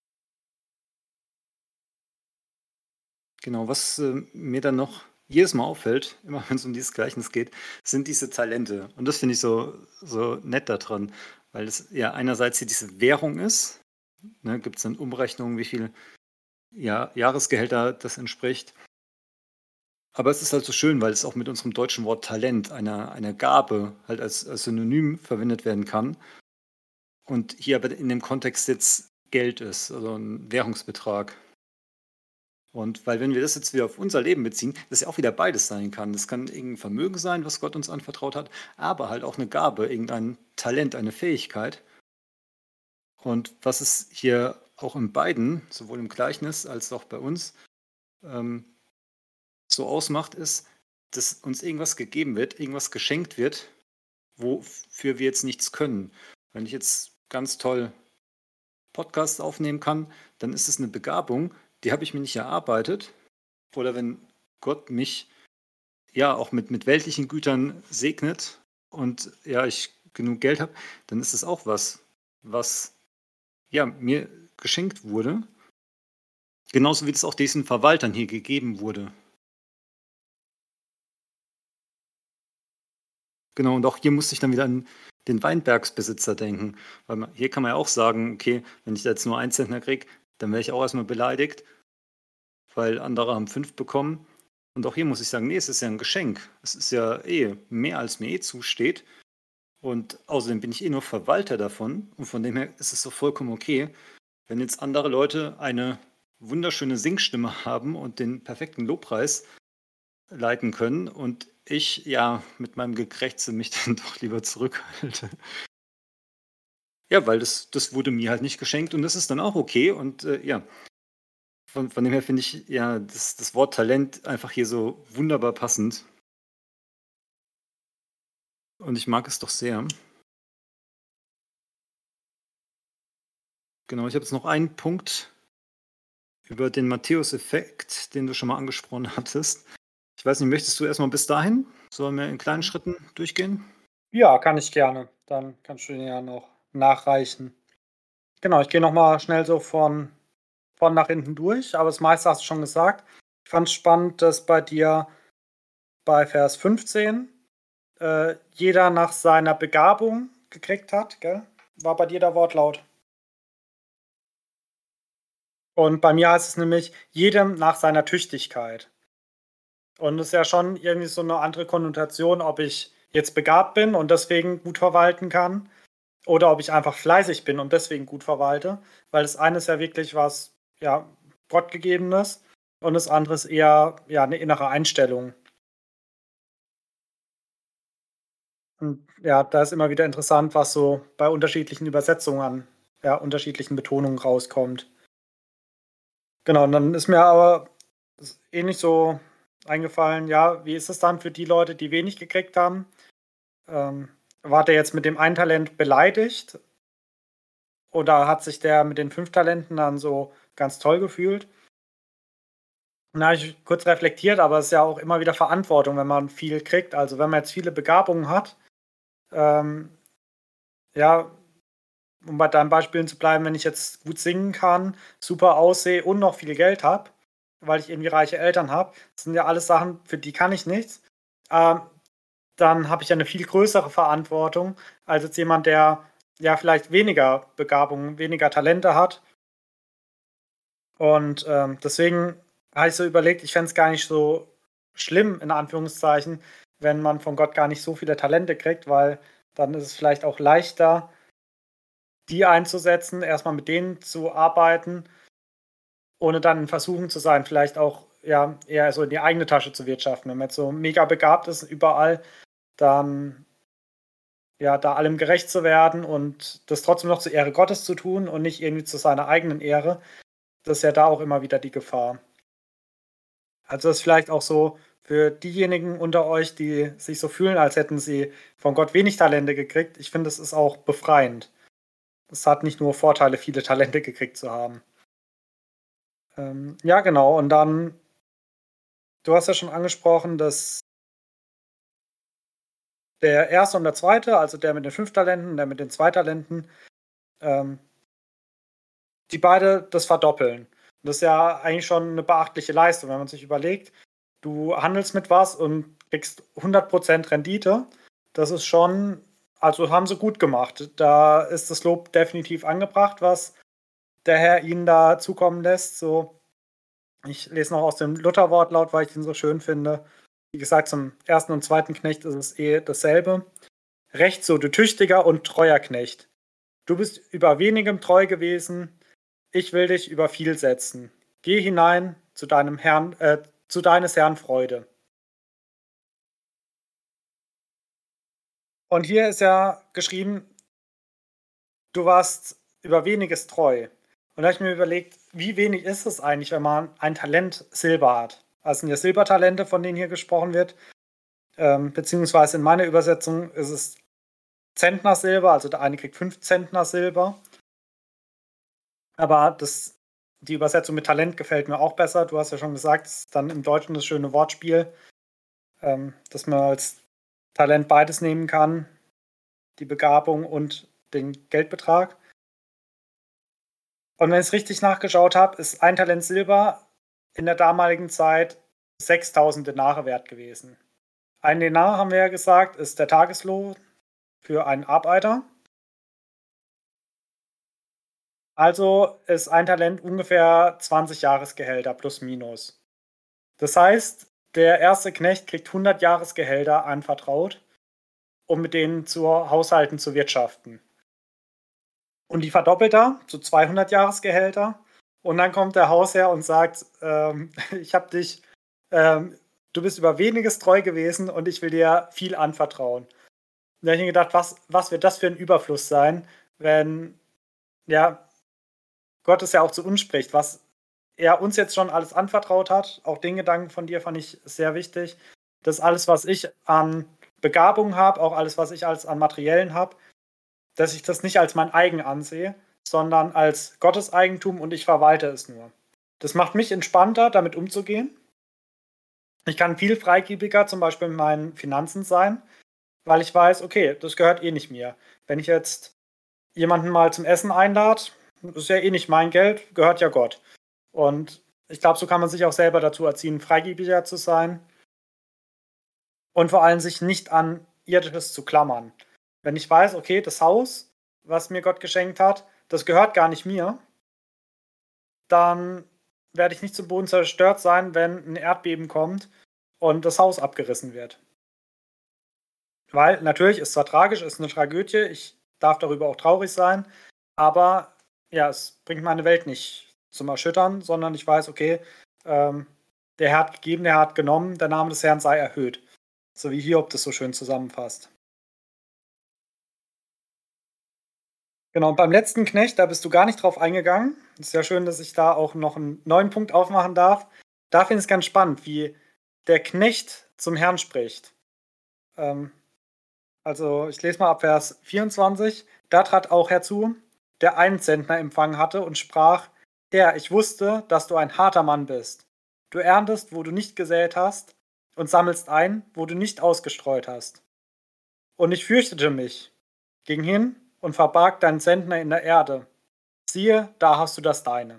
Genau, was äh, mir dann noch jedes Mal auffällt, immer wenn es um dieses Gleichnis geht, sind diese Talente. Und das finde ich so, so nett daran, weil es ja einerseits hier diese Währung ist, ne, gibt es dann Umrechnungen, wie viel ja, Jahresgehälter das entspricht. Aber es ist halt so schön, weil es auch mit unserem deutschen Wort Talent, einer, einer Gabe, halt als, als Synonym verwendet werden kann. Und hier aber in dem Kontext jetzt Geld ist, also ein Währungsbetrag. Und weil wenn wir das jetzt wieder auf unser Leben beziehen, das ja auch wieder beides sein kann. Das kann irgendein Vermögen sein, was Gott uns anvertraut hat, aber halt auch eine Gabe, irgendein Talent, eine Fähigkeit. Und was es hier auch in beiden, sowohl im Gleichnis als auch bei uns, ähm, so ausmacht, ist, dass uns irgendwas gegeben wird, irgendwas geschenkt wird, wofür wir jetzt nichts können. Wenn ich jetzt ganz toll Podcasts aufnehmen kann, dann ist es eine Begabung, die habe ich mir nicht erarbeitet. Oder wenn Gott mich ja auch mit, mit weltlichen Gütern segnet und ja, ich genug Geld habe, dann ist es auch was, was ja mir geschenkt wurde. Genauso wie es auch diesen Verwaltern hier gegeben wurde. Genau, und auch hier musste ich dann wieder an den Weinbergsbesitzer denken. Weil man, hier kann man ja auch sagen, okay, wenn ich da jetzt nur einen Zentner kriege, dann wäre ich auch erstmal beleidigt, weil andere haben fünf bekommen. Und auch hier muss ich sagen, nee, es ist ja ein Geschenk. Es ist ja eh mehr, als mir eh zusteht. Und außerdem bin ich eh nur Verwalter davon. Und von dem her ist es so vollkommen okay, wenn jetzt andere Leute eine wunderschöne Singstimme haben und den perfekten Lobpreis leiten können und ich ja mit meinem Gekrächze mich dann doch lieber zurückhalte. Ja, weil das, das wurde mir halt nicht geschenkt und das ist dann auch okay. Und äh, ja, von, von dem her finde ich ja das, das Wort Talent einfach hier so wunderbar passend. Und ich mag es doch sehr. Genau, ich habe jetzt noch einen Punkt über den Matthäus-Effekt, den du schon mal angesprochen hattest. Ich weiß nicht, möchtest du erstmal bis dahin? Sollen wir in kleinen Schritten durchgehen? Ja, kann ich gerne. Dann kannst du den ja noch nachreichen. Genau, ich gehe noch mal schnell so von von nach hinten durch, aber das meiste hast du schon gesagt. Ich fand es spannend, dass bei dir bei Vers fünfzehn äh, jeder nach seiner Begabung gekriegt hat, gell? War bei dir der Wortlaut. Und bei mir heißt es nämlich jedem nach seiner Tüchtigkeit. Und das ist ja schon irgendwie so eine andere Konnotation, ob ich jetzt begabt bin und deswegen gut verwalten kann oder ob ich einfach fleißig bin und deswegen gut verwalte, weil das eine ist ja wirklich was, ja, Gottgegebenes und das andere ist eher, ja, 'ne innere Einstellung. Und ja, da ist immer wieder interessant, was so bei unterschiedlichen Übersetzungen an, ja, unterschiedlichen Betonungen rauskommt. Genau, und dann ist mir aber s ähnlich so eingefallen, ja, wie ist es dann für die Leute, die wenig gekriegt haben? Ähm, war der jetzt mit dem einen Talent beleidigt oder hat sich der mit den fünf Talenten dann so ganz toll gefühlt? Und da habe ich kurz reflektiert, aber es ist ja auch immer wieder Verantwortung, wenn man viel kriegt. Also, wenn man jetzt viele Begabungen hat, ähm, ja, um bei deinen Beispielen zu bleiben, wenn ich jetzt gut singen kann, super aussehe und noch viel Geld habe, weil ich irgendwie reiche Eltern habe, das sind ja alles Sachen, für die kann ich nichts. Ähm, dann habe ich ja eine viel größere Verantwortung als jetzt jemand, der ja vielleicht weniger Begabung, weniger Talente hat. Und ähm, deswegen habe ich so überlegt, ich fände es gar nicht so schlimm, in Anführungszeichen, wenn man von Gott gar nicht so viele Talente kriegt, weil dann ist es vielleicht auch leichter, die einzusetzen, erstmal mit denen zu arbeiten, ohne dann in Versuchung zu sein, vielleicht auch ja eher so in die eigene Tasche zu wirtschaften. Wenn man jetzt so mega begabt ist überall, dann ja, da allem gerecht zu werden und das trotzdem noch zur Ehre Gottes zu tun und nicht irgendwie zu seiner eigenen Ehre, das ist ja da auch immer wieder die Gefahr. Also, das ist vielleicht auch so für diejenigen unter euch, die sich so fühlen, als hätten sie von Gott wenig Talente gekriegt. Ich finde, es ist auch befreiend. Es hat nicht nur Vorteile, viele Talente gekriegt zu haben. Ähm, ja, genau. Und dann, du hast ja schon angesprochen, dass der erste und der zweite, also der mit den fünf Talenten, der mit den zwei Talenten, ähm, die beide das verdoppeln. Das ist ja eigentlich schon eine beachtliche Leistung, wenn man sich überlegt, du handelst mit was und kriegst hundert Prozent Rendite. Das ist schon, also haben sie gut gemacht. Da ist das Lob definitiv angebracht, was der Herr ihnen da zukommen lässt. So, ich lese noch aus dem Luther-Wortlaut, weil ich den so schön finde. Wie gesagt, zum ersten und zweiten Knecht ist es eh dasselbe. Recht so, du tüchtiger und treuer Knecht. Du bist über wenigem treu gewesen. Ich will dich über viel setzen. Geh hinein zu deinem Herrn, äh, zu deines Herrn Freude. Und hier ist ja geschrieben, du warst über weniges treu. Und da habe ich mir überlegt, wie wenig ist es eigentlich, wenn man ein Talent Silber hat? Also sind ja Silbertalente, von denen hier gesprochen wird. Ähm, beziehungsweise in meiner Übersetzung ist es Zentner Silber, also der eine kriegt fünf Zentner Silber. Aber das, die Übersetzung mit Talent gefällt mir auch besser. Du hast ja schon gesagt, es ist dann im Deutschen das schöne Wortspiel, ähm, dass man als Talent beides nehmen kann, die Begabung und den Geldbetrag. Und wenn ich es richtig nachgeschaut habe, ist ein Talent Silber in der damaligen Zeit sechstausend Denare wert gewesen. Ein Denar, haben wir ja gesagt, ist der Tageslohn für einen Arbeiter. Also ist ein Talent ungefähr zwanzig Jahresgehälter plus minus. Das heißt, der erste Knecht kriegt hundert Jahresgehälter anvertraut, um mit denen zu haushalten, zu wirtschaften. Und die verdoppelt er zu zweihundert Jahresgehälter. Und dann kommt der Hausherr und sagt, ähm, ich habe dich, ähm, du bist über weniges treu gewesen und ich will dir viel anvertrauen. Und da habe ich mir gedacht, was, was wird das für ein Überfluss sein, wenn, ja, Gott es ja auch zu uns spricht, was er uns jetzt schon alles anvertraut hat. Auch den Gedanken von dir fand ich sehr wichtig. Das alles, was ich an Begabung habe, auch alles, was ich als an Materiellen habe, dass ich das nicht als mein eigen ansehe, sondern als Gottes Eigentum und ich verwalte es nur. Das macht mich entspannter, damit umzugehen. Ich kann viel freigebiger zum Beispiel mit meinen Finanzen sein, weil ich weiß, okay, das gehört eh nicht mir. Wenn ich jetzt jemanden mal zum Essen einlade, das ist ja eh nicht mein Geld, gehört ja Gott. Und ich glaube, so kann man sich auch selber dazu erziehen, freigebiger zu sein und vor allem sich nicht an Irdisches zu klammern. Wenn ich weiß, okay, das Haus, was mir Gott geschenkt hat, das gehört gar nicht mir, dann werde ich nicht zum Boden zerstört sein, wenn ein Erdbeben kommt und das Haus abgerissen wird. Weil natürlich ist zwar tragisch, ist eine Tragödie, ich darf darüber auch traurig sein, aber ja, es bringt meine Welt nicht zum Erschüttern, sondern ich weiß, okay, ähm, der Herr hat gegeben, der Herr hat genommen, der Name des Herrn sei erhöht. So wie Hiob das so schön zusammenfasst. Genau, und beim letzten Knecht, da bist du gar nicht drauf eingegangen. Ist ja schön, dass ich da auch noch einen neuen Punkt aufmachen darf. Da finde ich es ganz spannend, wie der Knecht zum Herrn spricht. Ähm, also, ich lese mal ab Vers vierundzwanzig. Da trat auch herzu, der einen Zentner empfangen hatte und sprach: Herr, ich wusste, dass du ein harter Mann bist. Du erntest, wo du nicht gesät hast, und sammelst ein, wo du nicht ausgestreut hast. Und ich fürchtete mich, ging hin und verbarg deinen Zentner in der Erde. Siehe, da hast du das Deine.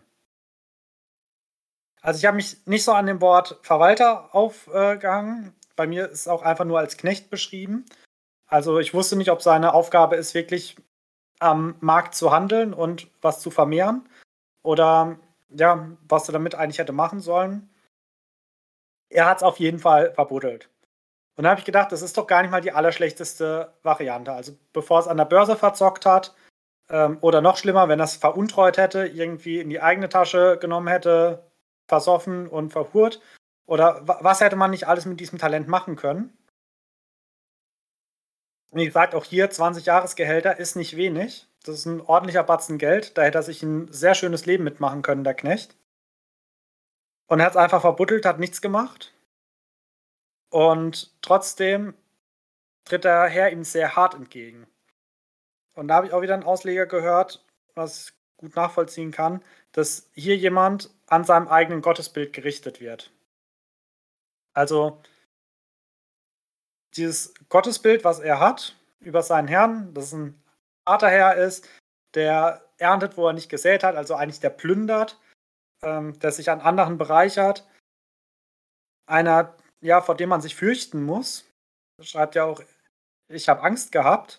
Also ich habe mich nicht so an dem Wort Verwalter aufgehangen. Bei mir ist es auch einfach nur als Knecht beschrieben. Also ich wusste nicht, ob seine Aufgabe ist, wirklich am Markt zu handeln und was zu vermehren. Oder ja, was er damit eigentlich hätte machen sollen. Er hat es auf jeden Fall verbuddelt. Und da habe ich gedacht, das ist doch gar nicht mal die allerschlechteste Variante. Also bevor es an der Börse verzockt hat, ähm, oder noch schlimmer, wenn er es veruntreut hätte, irgendwie in die eigene Tasche genommen hätte, versoffen und verhurt. Oder wa- was hätte man nicht alles mit diesem Talent machen können? Wie gesagt, auch hier zwanzig Jahresgehälter ist nicht wenig. Das ist ein ordentlicher Batzen Geld. Da hätte er sich ein sehr schönes Leben mitmachen können, der Knecht. Und er hat es einfach verbuddelt, hat nichts gemacht. Und trotzdem tritt der Herr ihm sehr hart entgegen. Und da habe ich auch wieder einen Ausleger gehört, was ich gut nachvollziehen kann, dass hier jemand an seinem eigenen Gottesbild gerichtet wird. Also dieses Gottesbild, was er hat über seinen Herrn, dass es ein harter Herr ist, der erntet, wo er nicht gesät hat, also eigentlich der plündert, ähm, der sich an anderen bereichert, einer, ja, vor dem man sich fürchten muss. Er schreibt ja auch: „Ich habe Angst gehabt.“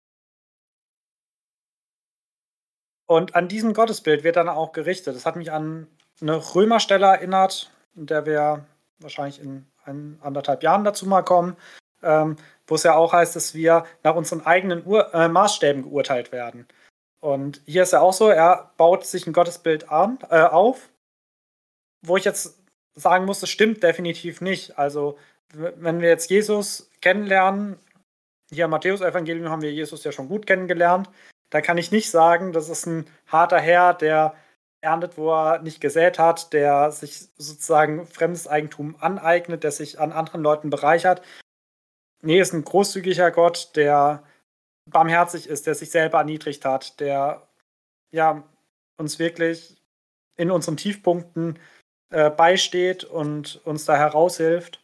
Und an diesem Gottesbild wird dann auch gerichtet. Das hat mich an eine Römerstelle erinnert, in der wir wahrscheinlich in ein anderthalb Jahren dazu mal kommen, ähm, wo es ja auch heißt, dass wir nach unseren eigenen Ur äh, Maßstäben geurteilt werden. Und hier ist ja auch so, er baut sich ein Gottesbild an äh, auf, wo ich jetzt sagen muss, das stimmt definitiv nicht. Also, w wenn wir jetzt Jesus kennenlernen, hier im Matthäusevangelium haben wir Jesus ja schon gut kennengelernt. Da kann ich nicht sagen, das ist ein harter Herr, der erntet, wo er nicht gesät hat, der sich sozusagen fremdes Eigentum aneignet, der sich an anderen Leuten bereichert. Ne, ist ein großzügiger Gott, der barmherzig ist, der sich selber erniedrigt hat, der, ja, uns wirklich in unseren Tiefpunkten, äh, beisteht und uns da heraushilft.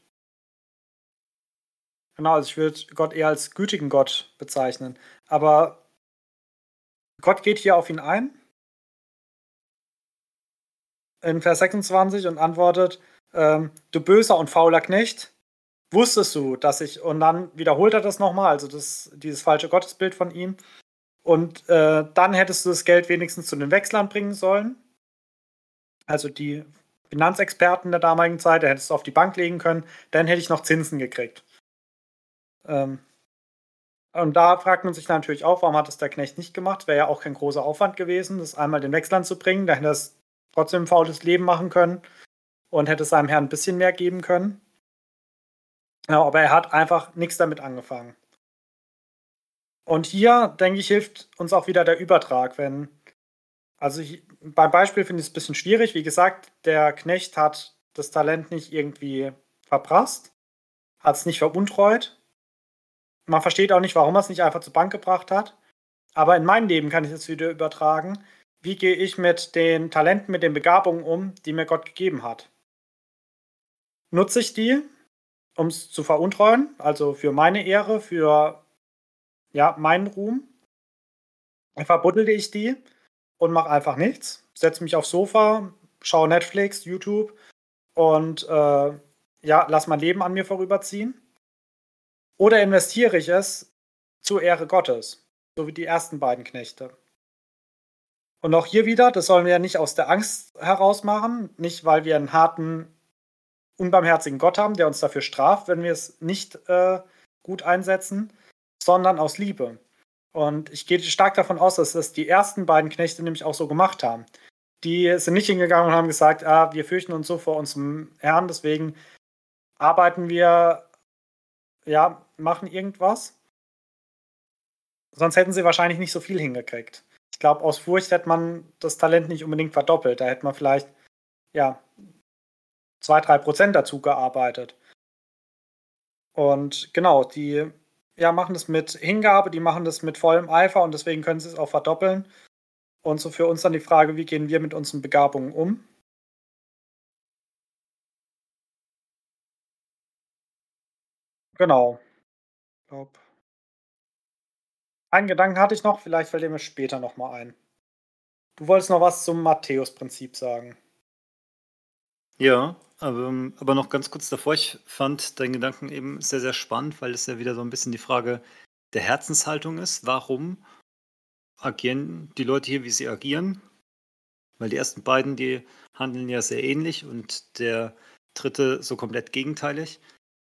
Genau, also ich würde Gott eher als gütigen Gott bezeichnen. Aber Gott geht hier auf ihn ein in Vers sechsundzwanzig und antwortet, ähm, du böser und fauler Knecht, wusstest du, dass ich, und dann wiederholt er das nochmal, also das, dieses falsche Gottesbild von ihm. Und äh, dann hättest du das Geld wenigstens zu den Wechslern bringen sollen. Also die Finanzexperten der damaligen Zeit, da hättest du auf die Bank legen können, dann hätte ich noch Zinsen gekriegt. Ähm, und da fragt man sich natürlich auch, warum hat das der Knecht nicht gemacht? Wäre ja auch kein großer Aufwand gewesen, das einmal den Wechslern zu bringen. Da hätte er es trotzdem ein faules Leben machen können und hätte seinem Herrn ein bisschen mehr geben können. Ja, aber er hat einfach nichts damit angefangen. Und hier, denke ich, hilft uns auch wieder der Übertrag, wenn, also ich, beim Beispiel finde ich es ein bisschen schwierig. Wie gesagt, der Knecht hat das Talent nicht irgendwie verprasst, hat es nicht veruntreut. Man versteht auch nicht, warum er es nicht einfach zur Bank gebracht hat. Aber in mein Leben kann ich es wieder übertragen. Wie gehe ich mit den Talenten, mit den Begabungen um, die mir Gott gegeben hat? Nutze ich die, um es zu veruntreuen, also für meine Ehre, für, ja, meinen Ruhm? Verbuddel ich die und mache einfach nichts, setze mich aufs Sofa, schaue Netflix, YouTube und äh, ja, lass mein Leben an mir vorüberziehen? Oder investiere ich es zur Ehre Gottes, so wie die ersten beiden Knechte? Und auch hier wieder, das sollen wir ja nicht aus der Angst heraus machen, nicht weil wir einen harten, unbarmherzigen Gott haben, der uns dafür straft, wenn wir es nicht äh, gut einsetzen, sondern aus Liebe. Und ich gehe stark davon aus, dass das die ersten beiden Knechte nämlich auch so gemacht haben. Die sind nicht hingegangen und haben gesagt, ah, wir fürchten uns so vor unserem Herrn, deswegen arbeiten wir, ja, machen irgendwas. Sonst hätten sie wahrscheinlich nicht so viel hingekriegt. Ich glaube, aus Furcht hätte man das Talent nicht unbedingt verdoppelt. Da hätte man vielleicht, ja, zwei, drei Prozent dazu gearbeitet. Und genau, die, ja, machen das mit Hingabe, die machen das mit vollem Eifer und deswegen können sie es auch verdoppeln. Und so für uns dann die Frage, wie gehen wir mit unseren Begabungen um? Genau. Ich glaube, einen Gedanken hatte ich noch, vielleicht fällt er mir später noch mal ein. Du wolltest noch was zum Matthäus-Prinzip sagen. Ja, aber, ähm, aber noch ganz kurz davor, ich fand deinen Gedanken eben sehr, sehr spannend, weil es ja wieder so ein bisschen die Frage der Herzenshaltung ist. Warum agieren die Leute hier, wie sie agieren? Weil die ersten beiden, die handeln ja sehr ähnlich und der dritte so komplett gegenteilig.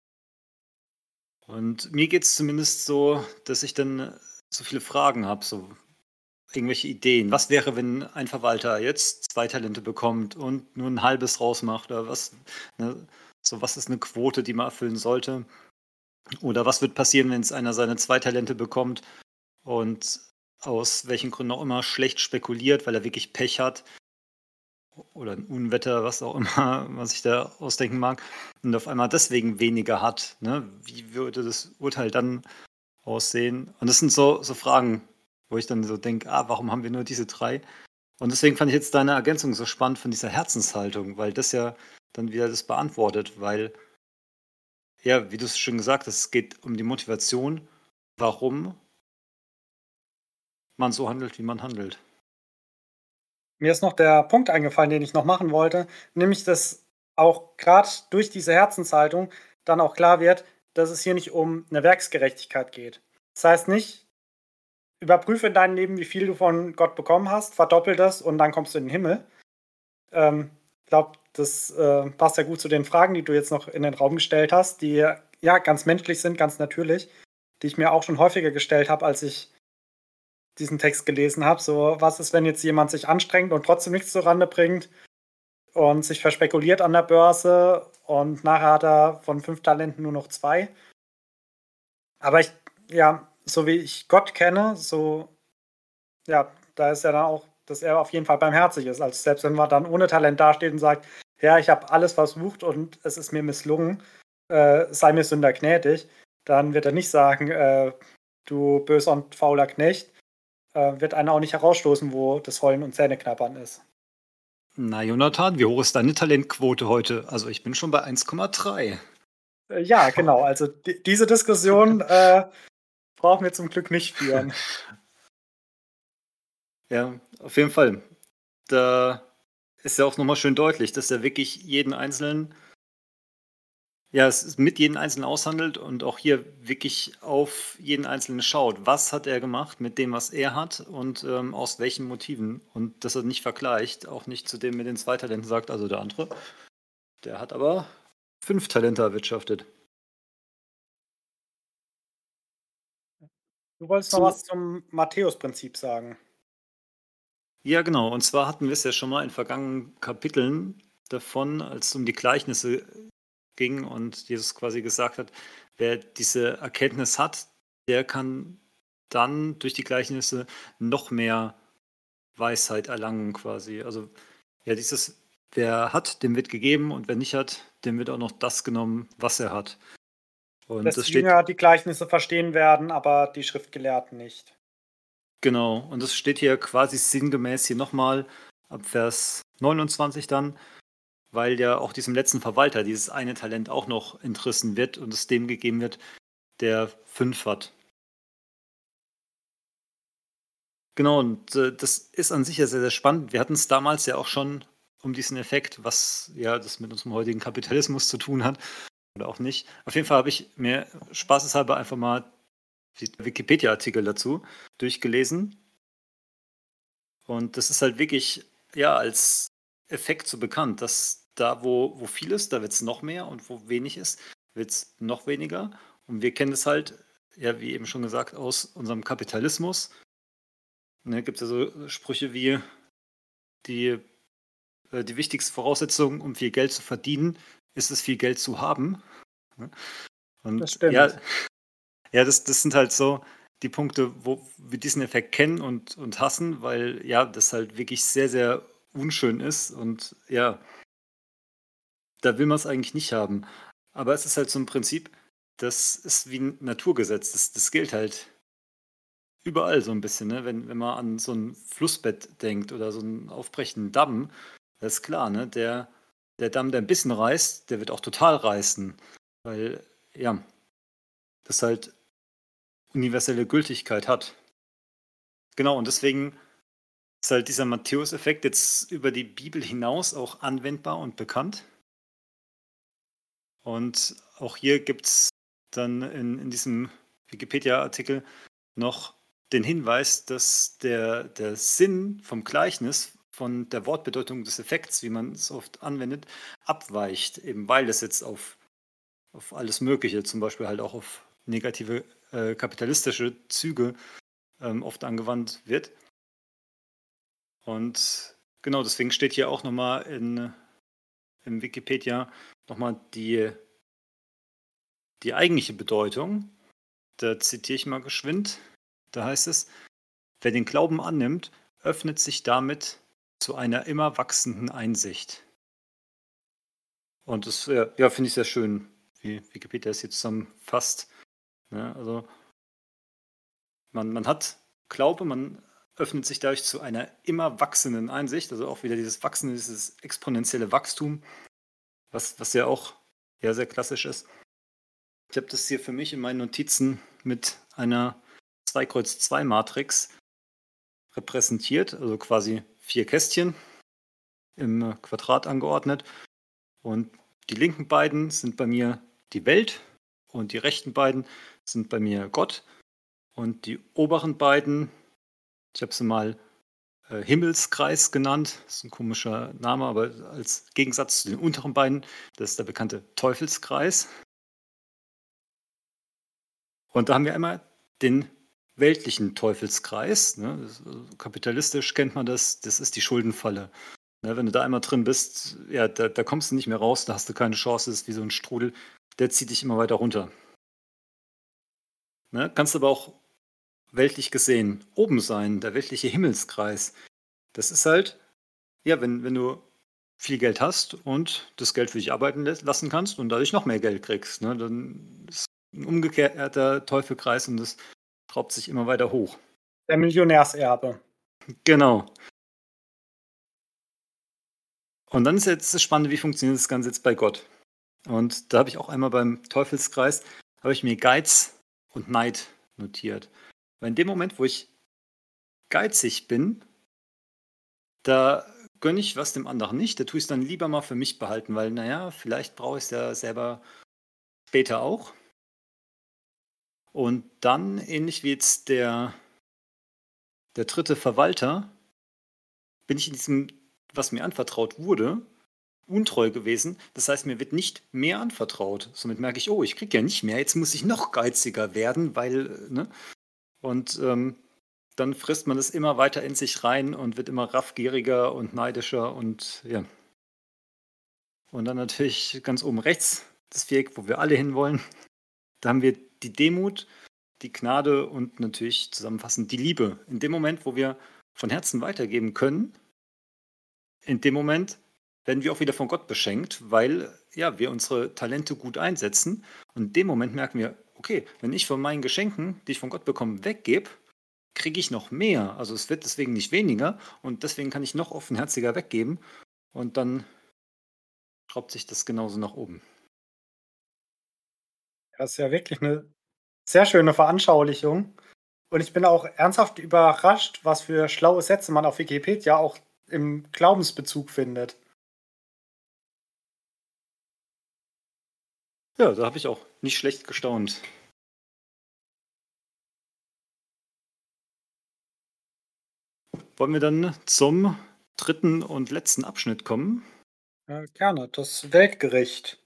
Und mir geht es zumindest so, dass ich dann so viele Fragen habe, so irgendwelche Ideen. Was wäre, wenn ein Verwalter jetzt zwei Talente bekommt und nur ein halbes rausmacht? Oder was, ne? So, was ist eine Quote, die man erfüllen sollte? Oder was wird passieren, wenn es einer seine zwei Talente bekommt und aus welchen Gründen auch immer schlecht spekuliert, weil er wirklich Pech hat oder ein Unwetter, was auch immer man sich da ausdenken mag, und auf einmal deswegen weniger hat, ne? Wie würde das Urteil dann aussehen? Und das sind so, so Fragen, wo ich dann so denke, ah, warum haben wir nur diese drei? Und deswegen fand ich jetzt deine Ergänzung so spannend von dieser Herzenshaltung, weil das ja dann wieder das beantwortet, weil, ja, wie du es schon gesagt hast, es geht um die Motivation, warum man so handelt, wie man handelt. Mir ist noch der Punkt eingefallen, den ich noch machen wollte, nämlich dass auch gerade durch diese Herzenshaltung dann auch klar wird, dass es hier nicht um eine Werksgerechtigkeit geht. Das heißt nicht, überprüfe in deinem Leben, wie viel du von Gott bekommen hast, verdoppel das und dann kommst du in den Himmel. Ähm, ich glaube, das äh, passt ja gut zu den Fragen, die du jetzt noch in den Raum gestellt hast, die ja ganz menschlich sind, ganz natürlich, die ich mir auch schon häufiger gestellt habe, als ich diesen Text gelesen habe. So, was ist, wenn jetzt jemand sich anstrengt und trotzdem nichts zurande bringt und sich verspekuliert an der Börse und nachher hat er von fünf Talenten nur noch zwei. Aber ich, ja, so wie ich Gott kenne, so, ja, da ist ja dann auch, dass er auf jeden Fall barmherzig ist. Also selbst wenn man dann ohne Talent dasteht und sagt, ja, ich habe alles versucht und es ist mir misslungen, äh, sei mir Sünder gnädig, dann wird er nicht sagen, äh, du böser und fauler Knecht, äh, wird einer auch nicht herausstoßen, wo das Heulen und Zähneknabbern ist. Na, Jonathan, wie hoch ist deine Talentquote heute? Also ich bin schon bei eins Komma drei. Äh, ja, genau. Also die, diese Diskussion äh, brauchen wir zum Glück nicht führen. Ja, auf jeden Fall. Da ist ja auch nochmal schön deutlich, dass er wirklich jeden Einzelnen, ja, es ist mit jedem Einzelnen aushandelt und auch hier wirklich auf jeden Einzelnen schaut. Was hat er gemacht mit dem, was er hat und ähm, aus welchen Motiven? Und dass er nicht vergleicht, auch nicht zu dem mit den zwei Talenten sagt, also der andere, der hat aber fünf Talente erwirtschaftet. Du wolltest noch Zu, was zum Matthäus-Prinzip sagen. ja, genau. Und zwar hatten wir es ja schon mal in vergangenen Kapiteln davon, als es um die Gleichnisse ging und Jesus quasi gesagt hat, wer diese Erkenntnis hat, der kann dann durch die Gleichnisse noch mehr Weisheit erlangen quasi. Also ja, dieses, wer hat, dem wird gegeben und wer nicht hat, dem wird auch noch das genommen, was er hat. Und Dass das die steht, Jünger die Gleichnisse verstehen werden, aber die Schriftgelehrten nicht. genau, und das steht hier quasi sinngemäß hier nochmal ab Vers neunundzwanzig dann, weil ja auch diesem letzten Verwalter dieses eine Talent auch noch entrissen wird und es dem gegeben wird, der fünf hat. Genau, und äh, das ist an sich ja sehr, sehr spannend. Wir hatten es damals ja auch schon um diesen Effekt, was ja das mit unserem heutigen Kapitalismus zu tun hat oder auch nicht. Auf jeden Fall habe ich mir spaßeshalber einfach mal die Wikipedia-Artikel dazu durchgelesen. Und das ist halt wirklich ja als Effekt so bekannt, dass da, wo, wo viel ist, da wird es noch mehr und wo wenig ist, wird es noch weniger. Und wir kennen es halt, ja, wie eben schon gesagt, aus unserem Kapitalismus. Ne, gibt es ja so Sprüche wie die, äh, die wichtigste Voraussetzung, um viel Geld zu verdienen, ist es, viel Geld zu haben. Ne? Das Und ja, stimmt. ja, das, das sind halt so die Punkte, wo wir diesen Effekt kennen und, und hassen, weil ja, das halt wirklich sehr, sehr unschön ist und ja, da will man es eigentlich nicht haben. Aber es ist halt so ein Prinzip, das ist wie ein Naturgesetz. Das, das gilt halt überall so ein bisschen, ne? Wenn, wenn man an so ein Flussbett denkt oder so einen aufbrechenden Damm, das ist klar, ne? Der, der Damm, der ein bisschen reißt, der wird auch total reißen. Weil, ja, das halt universelle Gültigkeit hat. Genau, und deswegen ist halt dieser Matthäus-Effekt jetzt über die Bibel hinaus auch anwendbar und bekannt. Und auch hier gibt es dann in, in diesem Wikipedia-Artikel noch den Hinweis, dass der, der Sinn vom Gleichnis von der Wortbedeutung des Effekts, wie man es oft anwendet, abweicht, eben weil es jetzt auf, auf alles Mögliche, zum Beispiel halt auch auf negative äh, kapitalistische Züge ähm, oft angewandt wird. Und genau, deswegen steht hier auch nochmal in, im Wikipedia nochmal die, die eigentliche Bedeutung. Da zitiere ich mal geschwind. Da heißt es, wer den Glauben annimmt, öffnet sich damit zu einer immer wachsenden Einsicht. Und das ja, ja, finde ich sehr schön, wie Wikipedia es hier zusammenfasst. Ja, also man, man hat Glaube, man öffnet sich dadurch zu einer immer wachsenden Einsicht, also auch wieder dieses Wachsende, dieses exponentielle Wachstum, was, was ja auch ja, sehr klassisch ist. Ich habe das hier für mich in meinen Notizen mit einer zwei Kreuz zwei Matrix repräsentiert, also quasi vier Kästchen im äh, Quadrat angeordnet. Und die linken beiden sind bei mir die Welt und die rechten beiden sind bei mir Gott. Und die oberen beiden, ich habe sie mal äh, Himmelskreis genannt, das ist ein komischer Name, aber als Gegensatz zu den unteren beiden, das ist der bekannte Teufelskreis. Und da haben wir einmal den weltlichen Teufelskreis. Ne? Das, äh, kapitalistisch kennt man das, das ist die Schuldenfalle. Ne, wenn du da einmal drin bist, ja, da, da kommst du nicht mehr raus, da hast du keine Chance, das ist wie so ein Strudel, der zieht dich immer weiter runter. Ne? Kannst aber auch weltlich gesehen oben sein, der weltliche Himmelskreis. Das ist halt, ja, wenn, wenn du viel Geld hast und das Geld für dich arbeiten lässt- lassen kannst und dadurch noch mehr Geld kriegst, ne? Dann ist ein umgekehrter Teufelskreis und das schraubt sich immer weiter hoch. Der Millionärserbe. Genau. Und dann ist jetzt das Spannende, wie funktioniert das Ganze jetzt bei Gott? Und da habe ich auch einmal beim Teufelskreis, habe ich mir Geiz und Neid notiert. Weil in dem Moment, wo ich geizig bin, da gönne ich was dem anderen nicht. Da tue ich es dann lieber mal für mich behalten, weil, naja, vielleicht brauche ich es ja selber später auch. Und dann, ähnlich wie jetzt der, der dritte Verwalter, bin ich in diesem, was mir anvertraut wurde, untreu gewesen. Das heißt, mir wird nicht mehr anvertraut. Somit merke ich, oh, ich kriege ja nicht mehr. Jetzt muss ich noch geiziger werden, weil, äh, ne? Und ähm, dann frisst man das immer weiter in sich rein und wird immer raffgieriger und neidischer und ja. Und dann natürlich ganz oben rechts das Viereck, wo wir alle hinwollen. Da haben wir die Demut, die Gnade und natürlich zusammenfassend die Liebe. In dem Moment, wo wir von Herzen weitergeben können, in dem Moment werden wir auch wieder von Gott beschenkt, weil ja, wir unsere Talente gut einsetzen. Und in dem Moment merken wir, okay, wenn ich von meinen Geschenken, die ich von Gott bekomme, weggebe, kriege ich noch mehr. Also es wird deswegen nicht weniger und deswegen kann ich noch offenherziger weggeben und dann schraubt sich das genauso nach oben. Das ist ja wirklich eine sehr schöne Veranschaulichung. Und ich bin auch ernsthaft überrascht, was für schlaue Sätze man auf Wikipedia auch im Glaubensbezug findet. Ja, da habe ich auch nicht schlecht gestaunt. Wollen wir dann zum dritten und letzten Abschnitt kommen? Ja, gerne, das Weltgericht.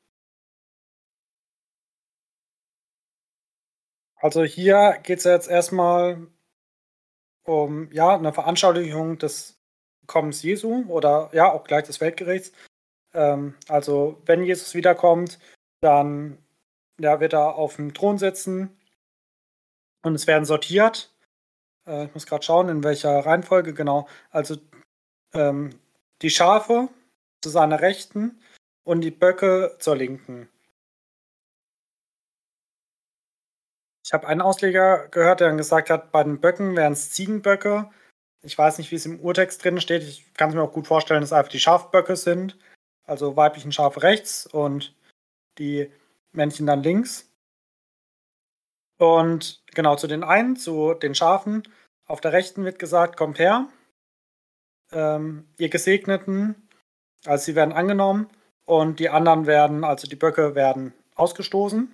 Also hier geht es ja jetzt erstmal um, ja, eine Veranschaulichung des Kommens Jesu oder ja, auch gleich des Weltgerichts. Ähm, also wenn Jesus wiederkommt, dann ja, wird er auf dem Thron sitzen und es werden sortiert. Äh, ich muss gerade schauen, in welcher Reihenfolge genau. Also ähm, die Schafe zu seiner Rechten und die Böcke zur Linken. Ich habe einen Ausleger gehört, der dann gesagt hat, bei den Böcken wären es Ziegenböcke. Ich weiß nicht, wie es im Urtext drin steht. Ich kann es mir auch gut vorstellen, dass es einfach die Schafböcke sind. Also weiblichen Schafe rechts und die Männchen dann links. Und genau zu den einen, zu den Schafen, auf der rechten wird gesagt, kommt her, ähm, ihr Gesegneten, also sie werden angenommen und die anderen werden, also die Böcke werden ausgestoßen.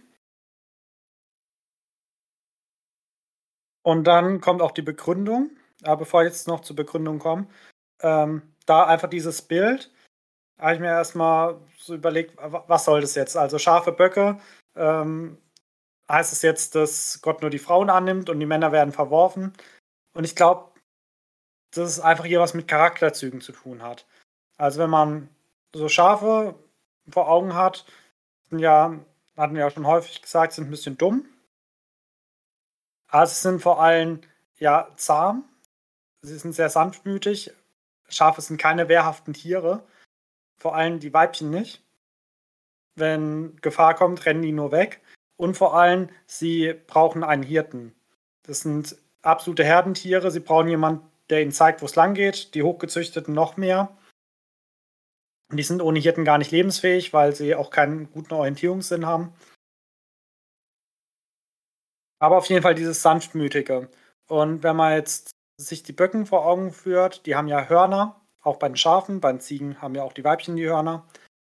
Und dann kommt auch die Begründung. Aber bevor ich jetzt noch zur Begründung komme, ähm, da einfach dieses Bild, habe ich mir erstmal so überlegt, wa- was soll das jetzt? Also Schafe, Böcke, ähm, heißt es jetzt, dass Gott nur die Frauen annimmt und die Männer werden verworfen? Und ich glaube, dass es einfach hier was mit Charakterzügen zu tun hat. Also wenn man so Schafe vor Augen hat, sind ja, hatten wir ja schon häufig gesagt, sind ein bisschen dumm. Aber sie sind vor allem ja zahm, sie sind sehr sanftmütig. Schafe sind keine wehrhaften Tiere, vor allem die Weibchen nicht. Wenn Gefahr kommt, rennen die nur weg. Und vor allem, sie brauchen einen Hirten. Das sind absolute Herdentiere. Sie brauchen jemanden, der ihnen zeigt, wo es lang geht. Die Hochgezüchteten noch mehr. Und die sind ohne Hirten gar nicht lebensfähig, weil sie auch keinen guten Orientierungssinn haben. Aber auf jeden Fall dieses Sanftmütige. Und wenn man jetzt sich die Böcken vor Augen führt, die haben ja Hörner, auch bei den Schafen, bei den Ziegen haben ja auch die Weibchen die Hörner.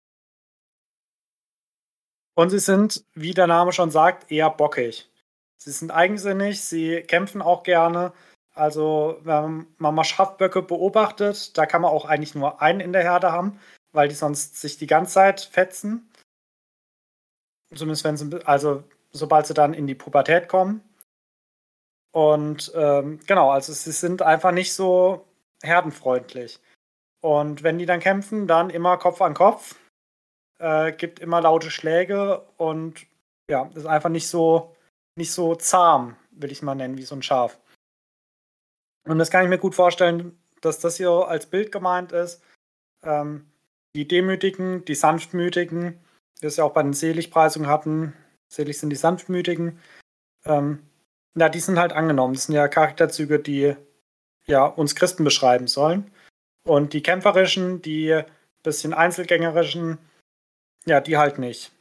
Und sie sind, wie der Name schon sagt, eher bockig. Sie sind eigensinnig, sie kämpfen auch gerne. Also, wenn man mal Schafböcke beobachtet, da kann man auch eigentlich nur einen in der Herde haben, weil die sonst sich die ganze Zeit fetzen. Zumindest wenn sie, also sobald sie dann in die Pubertät kommen. Und ähm, genau, also sie sind einfach nicht so herdenfreundlich. Und wenn die dann kämpfen, dann immer Kopf an Kopf, äh, gibt immer laute Schläge und ja, ist einfach nicht so, nicht so zahm, will ich mal nennen, wie so ein Schaf. Und das kann ich mir gut vorstellen, dass das hier als Bild gemeint ist. Ähm, die Demütigen, die Sanftmütigen, wie wir es ja auch bei den Seligpreisungen hatten, selig sind die Sanftmütigen. Ähm, ja, die sind halt angenommen. Das sind ja Charakterzüge, die ja uns Christen beschreiben sollen. Und die kämpferischen, die bisschen einzelgängerischen, ja, die halt nicht.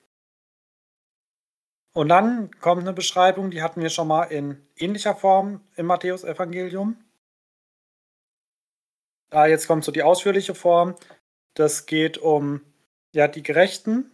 Und dann kommt eine Beschreibung, die hatten wir schon mal in ähnlicher Form im Matthäusevangelium. Ah, jetzt kommt so die ausführliche Form. Das geht um ja, die Gerechten.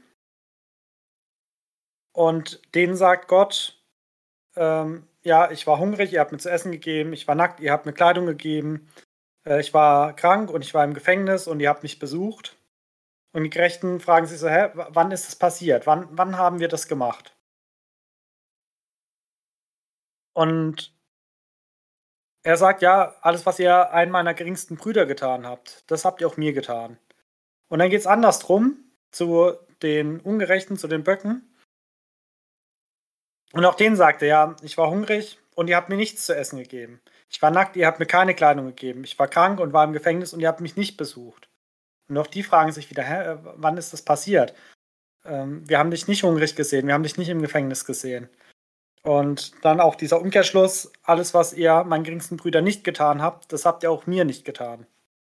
Und denen sagt Gott, ähm, ja, ich war hungrig, ihr habt mir zu essen gegeben, ich war nackt, ihr habt mir Kleidung gegeben, äh, ich war krank und ich war im Gefängnis und ihr habt mich besucht. Und die Gerechten fragen sich so, hä, w- wann ist das passiert? Wann, wann haben wir das gemacht? Und er sagt, ja, alles, was ihr einen meiner geringsten Brüder getan habt, das habt ihr auch mir getan. Und dann geht es andersrum zu den Ungerechten, zu den Böcken. Und auch denen sagte er, ja, ich war hungrig und ihr habt mir nichts zu essen gegeben. Ich war nackt, ihr habt mir keine Kleidung gegeben. Ich war krank und war im Gefängnis und ihr habt mich nicht besucht. Und auch die fragen sich wieder, hä, äh, wann ist das passiert? Ähm, wir haben dich nicht hungrig gesehen, wir haben dich nicht im Gefängnis gesehen. Und dann auch dieser Umkehrschluss, alles, was ihr meinen geringsten Brüder nicht getan habt, das habt ihr auch mir nicht getan.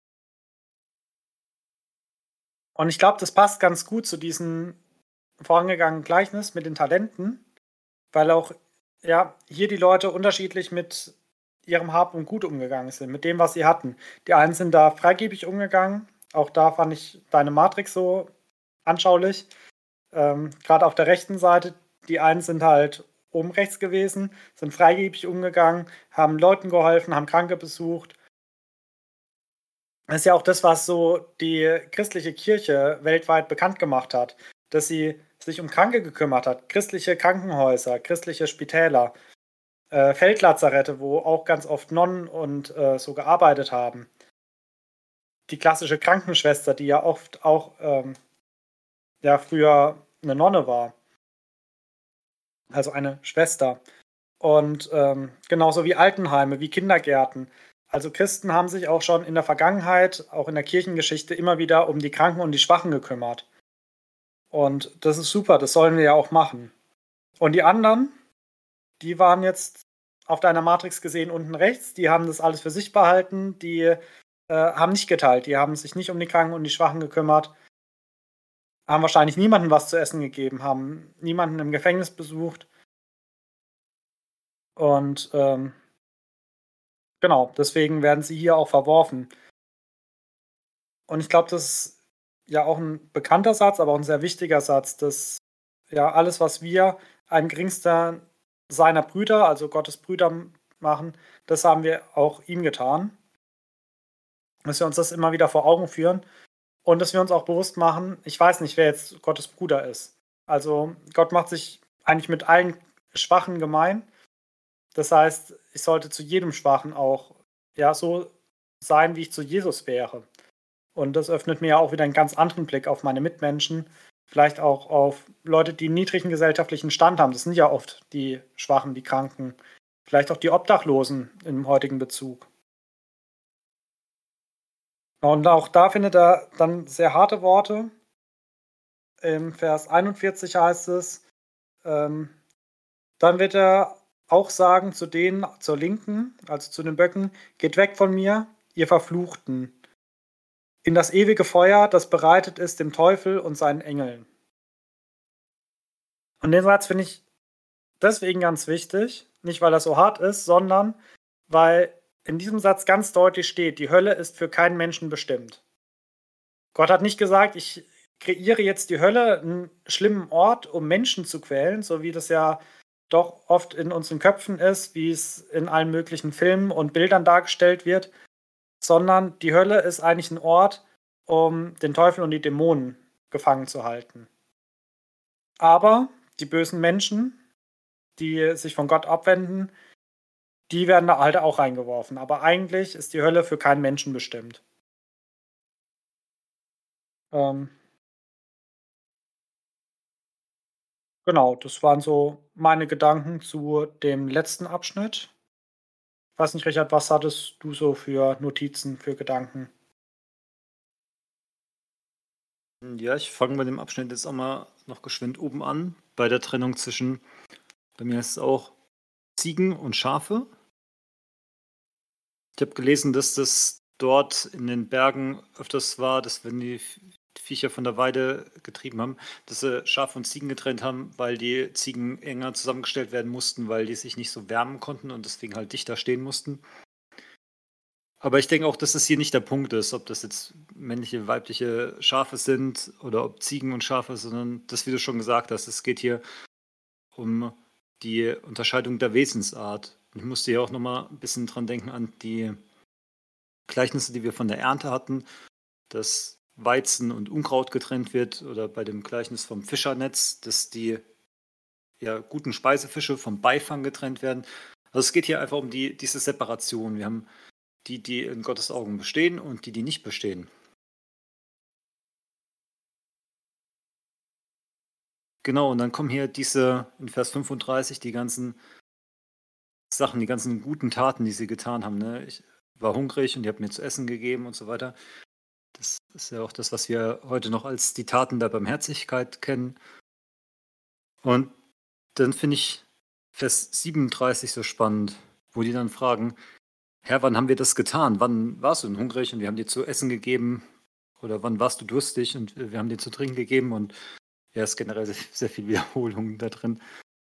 Und ich glaube, das passt ganz gut zu diesem vorangegangenen Gleichnis mit den Talenten, weil auch ja, hier die Leute unterschiedlich mit ihrem Hab und Gut umgegangen sind, mit dem, was sie hatten. Die einen sind da freigebig umgegangen. Auch da fand ich deine Matrix so anschaulich. Ähm, Gerade auf der rechten Seite, die einen sind halt oben rechts gewesen, sind freigebig umgegangen, haben Leuten geholfen, haben Kranke besucht. Das ist ja auch das, was so die christliche Kirche weltweit bekannt gemacht hat, dass sie sich um Kranke gekümmert hat. Christliche Krankenhäuser, christliche Spitäler, äh, Feldlazarette, wo auch ganz oft Nonnen und äh, so gearbeitet haben. Die klassische Krankenschwester, die ja oft auch ähm, ja, früher eine Nonne war, also eine Schwester. Und ähm, genauso wie Altenheime, wie Kindergärten. Also Christen haben sich auch schon in der Vergangenheit, auch in der Kirchengeschichte, immer wieder um die Kranken und die Schwachen gekümmert. Und das ist super, das sollen wir ja auch machen. Und die anderen, die waren jetzt auf deiner Matrix gesehen unten rechts, die haben das alles für sich behalten, die äh, haben nicht geteilt, die haben sich nicht um die Kranken und die Schwachen gekümmert, haben wahrscheinlich niemandem was zu essen gegeben, haben niemanden im Gefängnis besucht. Und ähm, genau, deswegen werden sie hier auch verworfen. Und ich glaube, das ist ja auch ein bekannter Satz, aber auch ein sehr wichtiger Satz, dass ja alles, was wir ein geringster seiner Brüder, also Gottes Brüder machen, das haben wir auch ihm getan. Dass wir uns das immer wieder vor Augen führen und dass wir uns auch bewusst machen, ich weiß nicht, wer jetzt Gottes Bruder ist. Also Gott macht sich eigentlich mit allen Schwachen gemein. Das heißt, ich sollte zu jedem Schwachen auch ja so sein, wie ich zu Jesus wäre. Und das öffnet mir ja auch wieder einen ganz anderen Blick auf meine Mitmenschen, vielleicht auch auf Leute, die einen niedrigen gesellschaftlichen Stand haben. Das sind ja oft die Schwachen, die Kranken, vielleicht auch die Obdachlosen im heutigen Bezug. Und auch da findet er dann sehr harte Worte. Im Vers einundvierzig heißt es, ähm, dann wird er auch sagen zu denen zur Linken, also zu den Böcken, geht weg von mir, ihr Verfluchten, in das ewige Feuer, das bereitet ist dem Teufel und seinen Engeln. Und den Satz finde ich deswegen ganz wichtig, nicht weil er so hart ist, sondern weil in diesem Satz ganz deutlich steht, die Hölle ist für keinen Menschen bestimmt. Gott hat nicht gesagt, ich kreiere jetzt die Hölle, einen schlimmen Ort, um Menschen zu quälen, so wie das ja doch oft in unseren Köpfen ist, wie es in allen möglichen Filmen und Bildern dargestellt wird, sondern die Hölle ist eigentlich ein Ort, um den Teufel und die Dämonen gefangen zu halten. Aber die bösen Menschen, die sich von Gott abwenden, die werden da halt auch reingeworfen. Aber eigentlich ist die Hölle für keinen Menschen bestimmt. Ähm, genau, das waren so meine Gedanken zu dem letzten Abschnitt. Weiß nicht, Richard, was hattest du so für Notizen, für Gedanken? Ja, ich fange bei dem Abschnitt jetzt auch mal noch geschwind oben an, bei der Trennung zwischen, bei mir heißt es auch Ziegen und Schafe. Ich habe gelesen, dass das dort in den Bergen öfters war, dass wenn die V- Viecher von der Weide getrieben haben, dass sie Schafe und Ziegen getrennt haben, weil die Ziegen enger zusammengestellt werden mussten, weil die sich nicht so wärmen konnten und deswegen halt dichter stehen mussten. Aber ich denke auch, dass das hier nicht der Punkt ist, ob das jetzt männliche, weibliche Schafe sind oder ob Ziegen und Schafe, sondern das, wie du schon gesagt hast, es geht hier um die Unterscheidung der Wesensart. Ich musste ja auch nochmal ein bisschen dran denken an die Gleichnisse, die wir von der Ernte hatten, dass Weizen und Unkraut getrennt wird oder bei dem Gleichnis vom Fischernetz, dass die ja, guten Speisefische vom Beifang getrennt werden. Also es geht hier einfach um die, diese Separation. Wir haben die, die in Gottes Augen bestehen und die, die nicht bestehen. Genau, und dann kommen hier diese, in Vers fünfunddreißig, die ganzen Sachen, die ganzen guten Taten, die sie getan haben. Ne? Ich war hungrig und ihr habt mir zu essen gegeben und so weiter. Das ist ja auch das, was wir heute noch als die Taten der Barmherzigkeit kennen. Und dann finde ich Vers siebenunddreißig so spannend, wo die dann fragen, Herr, wann haben wir das getan? Wann warst du denn hungrig und wir haben dir zu essen gegeben? Oder wann warst du durstig und wir haben dir zu trinken gegeben? Und ja, es ist generell sehr, sehr viel Wiederholung da drin.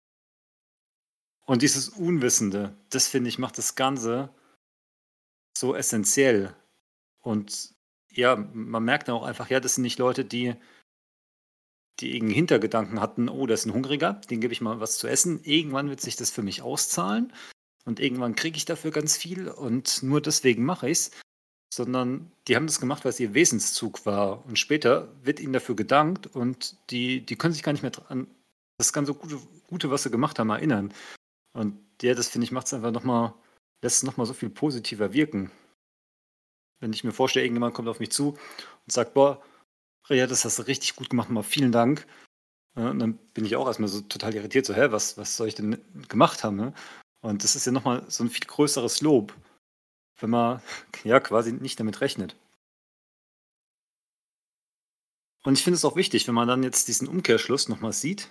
Und dieses Unwissende, das finde ich, macht das Ganze so essentiell. Und ja, man merkt dann auch einfach, ja, das sind nicht Leute, die, die irgendeinen Hintergedanken hatten, oh, das ist ein Hungriger, den gebe ich mal was zu essen. Irgendwann wird sich das für mich auszahlen und irgendwann kriege ich dafür ganz viel und nur deswegen mache ich es. Sondern die haben das gemacht, weil es ihr Wesenszug war. Und später wird ihnen dafür gedankt und die, die können sich gar nicht mehr an das ganze Gute, Gute, was sie gemacht haben, erinnern. Und ja, das finde ich, macht es einfach nochmal, lässt es nochmal so viel positiver wirken. Wenn ich mir vorstelle, irgendjemand kommt auf mich zu und sagt, boah, Rea, das hast du richtig gut gemacht, mal vielen Dank. Ja, und dann bin ich auch erstmal so total irritiert, so, hä, was, was soll ich denn gemacht haben? Ne? Und das ist ja nochmal so ein viel größeres Lob, wenn man ja quasi nicht damit rechnet. Und ich finde es auch wichtig, wenn man dann jetzt diesen Umkehrschluss nochmal sieht,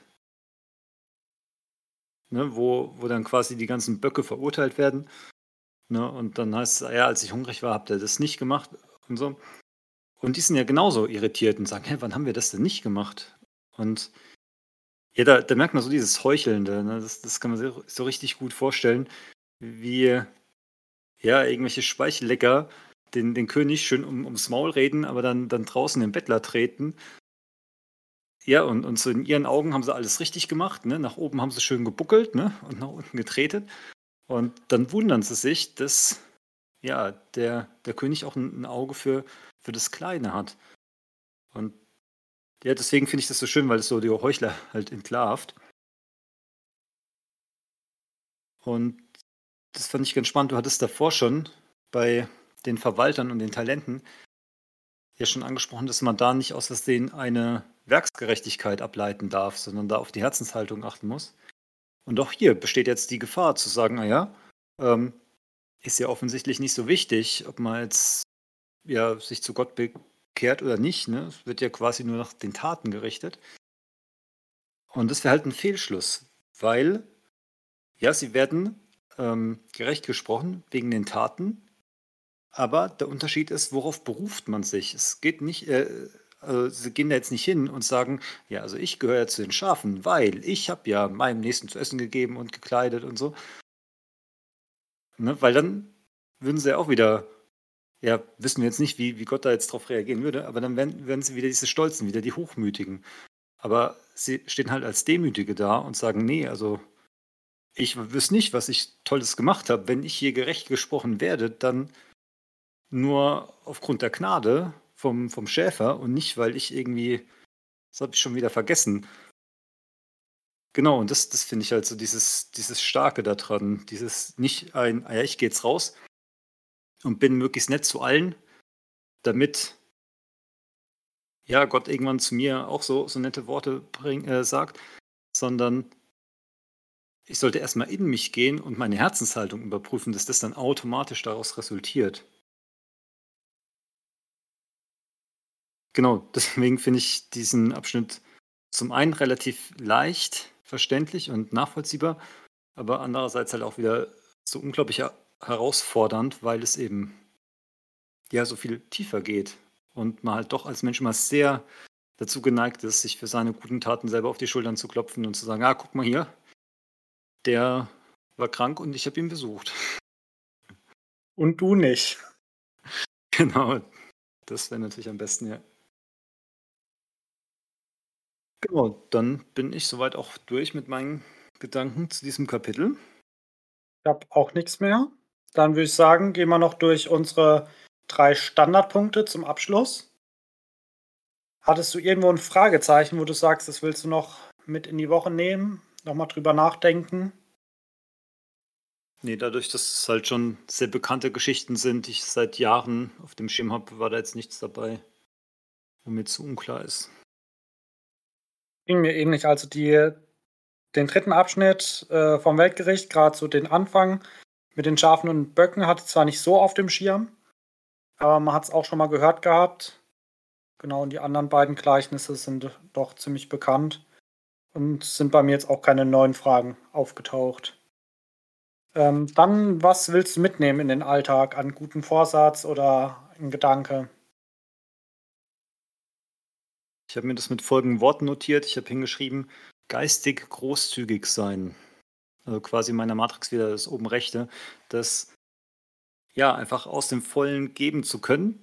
ne, wo, wo dann quasi die ganzen Böcke verurteilt werden. Ne, und dann heißt es, ja, als ich hungrig war, habt ihr das nicht gemacht und so. Und die sind ja genauso irritiert und sagen, hä, wann haben wir das denn nicht gemacht? Und ja, da, da merkt man so dieses Heuchelnde, ne? Das, das kann man sich so richtig gut vorstellen, wie ja, irgendwelche Speichellecker den, den König schön um, ums Maul reden, aber dann, dann draußen den Bettler treten. Ja, und, und so in ihren Augen haben sie alles richtig gemacht. Ne? Nach oben haben sie schön gebuckelt, ne? Und nach unten getretet. Und dann wundern sie sich, dass ja, der, der König auch ein, ein Auge für, für das Kleine hat. Und ja, deswegen finde ich das so schön, weil es so die Heuchler halt entlarvt. Und das fand ich ganz spannend. Du hattest davor schon bei den Verwaltern und den Talenten ja schon angesprochen, dass man da nicht aus Versehen eine Werksgerechtigkeit ableiten darf, sondern da auf die Herzenshaltung achten muss. Und auch hier besteht jetzt die Gefahr zu sagen, naja, ähm, ist ja offensichtlich nicht so wichtig, ob man jetzt ja, sich zu Gott bekehrt oder nicht. Ne? Es wird ja quasi nur nach den Taten gerichtet. Und das wäre halt ein Fehlschluss, weil ja, sie werden ähm, gerecht gesprochen wegen den Taten, aber der Unterschied ist, worauf beruft man sich? Es geht nicht, äh, also sie gehen da jetzt nicht hin und sagen, ja, also ich gehöre ja zu den Schafen, weil ich habe ja meinem Nächsten zu essen gegeben und gekleidet und so. Ne? Weil dann würden sie ja auch wieder, ja, wissen wir jetzt nicht, wie, wie Gott da jetzt drauf reagieren würde, aber dann wären, wären sie wieder diese Stolzen, wieder die Hochmütigen. Aber sie stehen halt als Demütige da und sagen, nee, also ich wüsste nicht, was ich Tolles gemacht habe. Wenn ich hier gerecht gesprochen werde, dann nur aufgrund der Gnade vom, vom Schäfer und nicht, weil ich irgendwie, das habe ich schon wieder vergessen. Genau, und das, das finde ich halt so dieses, dieses Starke da dran. Dieses nicht ein, ah ja, ich gehe jetzt raus und bin möglichst nett zu allen, damit ja Gott irgendwann zu mir auch so, so nette Worte bring, äh, sagt, sondern ich sollte erstmal in mich gehen und meine Herzenshaltung überprüfen, dass das dann automatisch daraus resultiert. Genau, deswegen finde ich diesen Abschnitt zum einen relativ leicht verständlich und nachvollziehbar, aber andererseits halt auch wieder so unglaublich her herausfordernd, weil es eben ja so viel tiefer geht und man halt doch als Mensch immer sehr dazu geneigt ist, sich für seine guten Taten selber auf die Schultern zu klopfen und zu sagen: „Ah, guck mal hier, der war krank und ich habe ihn besucht.“ Und du nicht. Genau, das wäre natürlich am besten, ja. Genau, dann bin ich soweit auch durch mit meinen Gedanken zu diesem Kapitel. Ich habe auch nichts mehr. Dann würde ich sagen, gehen wir noch durch unsere drei Standardpunkte zum Abschluss. Hattest du irgendwo ein Fragezeichen, wo du sagst, das willst du noch mit in die Woche nehmen, noch mal drüber nachdenken? Ne, dadurch, dass es halt schon sehr bekannte Geschichten sind, die ich seit Jahren auf dem Schirm habe, war da jetzt nichts dabei, wo mir zu unklar ist. Ging mir ähnlich. Also, die den dritten Abschnitt, äh, vom Weltgericht, gerade so den Anfang mit den Schafen und Böcken hatte ich zwar nicht so auf dem Schirm, aber man hat es auch schon mal gehört gehabt. Genau, und die anderen beiden Gleichnisse sind doch ziemlich bekannt und sind bei mir jetzt auch keine neuen Fragen aufgetaucht. Ähm, dann, was willst du mitnehmen in den Alltag an guten Vorsatz oder 'n Gedanke? Ich habe mir das mit folgenden Worten notiert. Ich habe hingeschrieben: „Geistig großzügig sein.“ Also, quasi in meiner Matrix wieder das oben rechte, das, ja, einfach aus dem Vollen geben zu können,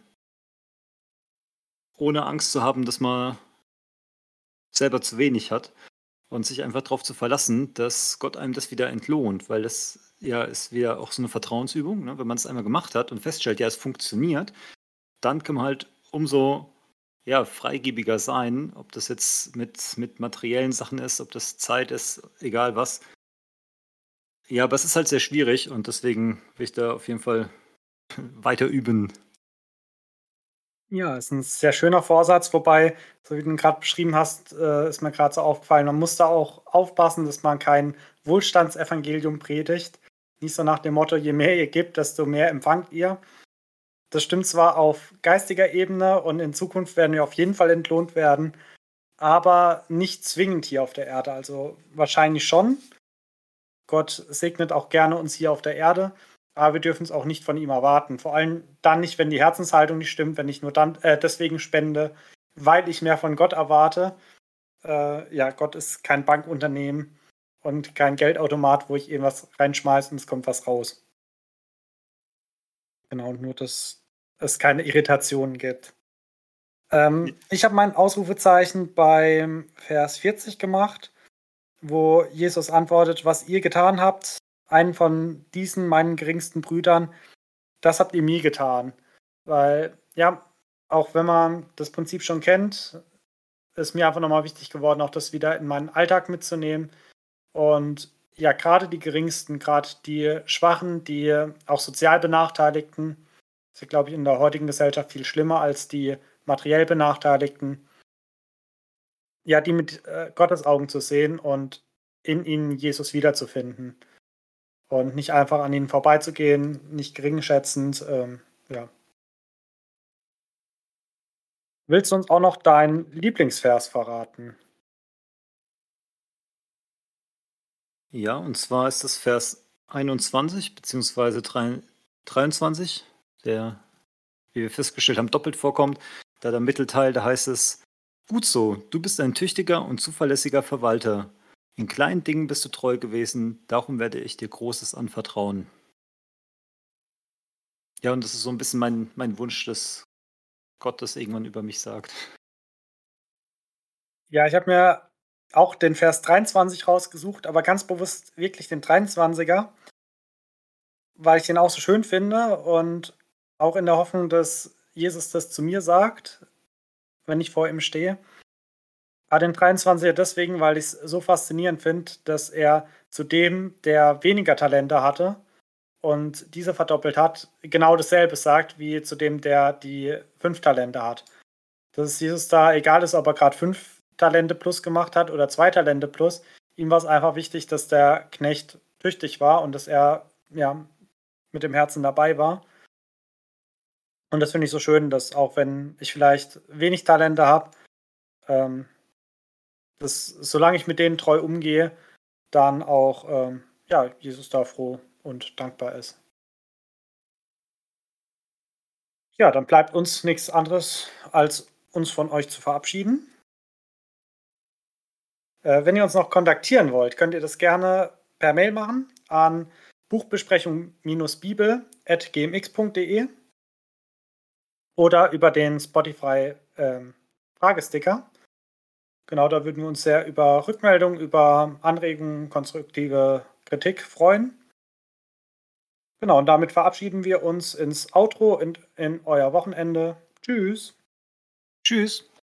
ohne Angst zu haben, dass man selber zu wenig hat und sich einfach darauf zu verlassen, dass Gott einem das wieder entlohnt, weil das ja ist wieder auch so eine Vertrauensübung, ne? Wenn man es einmal gemacht hat und feststellt, ja, es funktioniert, dann kann man halt umso, ja, freigebiger sein, ob das jetzt mit mit materiellen Sachen ist, ob das Zeit ist, egal was. Ja, aber es ist halt sehr schwierig und deswegen will ich da auf jeden Fall weiter üben. Ja, ist ein sehr schöner Vorsatz, wobei, so wie du ihn grad beschrieben hast, äh, ist mir gerade so aufgefallen, man muss da auch aufpassen, dass man kein Wohlstandsevangelium predigt. Nicht so nach dem Motto: „Je mehr ihr gebt, desto mehr empfangt ihr.“ Das stimmt zwar auf geistiger Ebene und in Zukunft werden wir auf jeden Fall entlohnt werden, aber nicht zwingend hier auf der Erde. Also, wahrscheinlich schon. Gott segnet auch gerne uns hier auf der Erde, aber wir dürfen es auch nicht von ihm erwarten. Vor allem dann nicht, wenn die Herzenshaltung nicht stimmt, wenn ich nur dann äh, deswegen spende, weil ich mehr von Gott erwarte. Äh, ja, Gott ist kein Bankunternehmen und kein Geldautomat, wo ich irgendwas reinschmeiße und es kommt was raus. Genau, nur dass es keine Irritationen gibt. J Ähm, ich habe mein Ausrufezeichen beim Vers vierzig gemacht, wo Jesus antwortet: „Was ihr getan habt, einen von diesen meinen geringsten Brüdern, das habt ihr mir getan.“ Weil, ja, auch wenn man das Prinzip schon kennt, ist mir einfach nochmal wichtig geworden, auch das wieder in meinen Alltag mitzunehmen. Und ja, gerade die Geringsten, gerade die Schwachen, die auch sozial Benachteiligten, ist ja, glaube ich, in der heutigen Gesellschaft viel schlimmer als die materiell Benachteiligten. Ja, die mit, äh, Gottes Augen zu sehen und in ihnen Jesus wiederzufinden und nicht einfach an ihnen vorbeizugehen, nicht geringschätzend, ähm, ja. Willst du uns auch noch deinen Lieblingsvers verraten? Ja, und zwar ist das Vers einundzwanzig beziehungsweise drei dreiundzwanzig, der, wie wir festgestellt haben, doppelt vorkommt. Da der Mittelteil, da heißt es: „Gut so, du bist ein tüchtiger und zuverlässiger Verwalter. In kleinen Dingen bist du treu gewesen, darum werde ich dir Großes anvertrauen.“ Ja, und das ist so ein bisschen mein mein Wunsch, dass Gott das irgendwann über mich sagt. Ja, ich habe mir auch den Vers dreiundzwanzig rausgesucht, aber ganz bewusst wirklich den dreiundzwanziger, weil ich den auch so schön finde und auch in der Hoffnung, dass Jesus das zu mir sagt, wenn ich vor ihm stehe. Aber den dreiundzwanziger deswegen, weil ich es so faszinierend finde, dass er zu dem, der weniger Talente hatte und diese verdoppelt hat, genau dasselbe sagt wie zu dem, der die fünf Talente hat. Dass es Jesus da egal ist, ob er gerade fünf Talente plus gemacht hat oder zwei Talente plus. Ihm war es einfach wichtig, dass der Knecht tüchtig war und dass er ja mit dem Herzen dabei war. Und das finde ich so schön, dass auch wenn ich vielleicht wenig Talente habe, ähm, dass solange ich mit denen treu umgehe, dann auch ähm, ja, Jesus da froh und dankbar ist. Ja, dann bleibt uns nichts anderes, als uns von euch zu verabschieden. Äh, wenn ihr uns noch kontaktieren wollt, könnt ihr das gerne per Mail machen an buchbesprechung-bibel at gmx.de oder über den Spotify ähm, Fragesticker. Genau, da würden wir uns sehr über Rückmeldungen, über Anregungen, konstruktive Kritik freuen. Genau, und damit verabschieden wir uns ins Outro in, in euer Wochenende. Tschüss. Tschüss.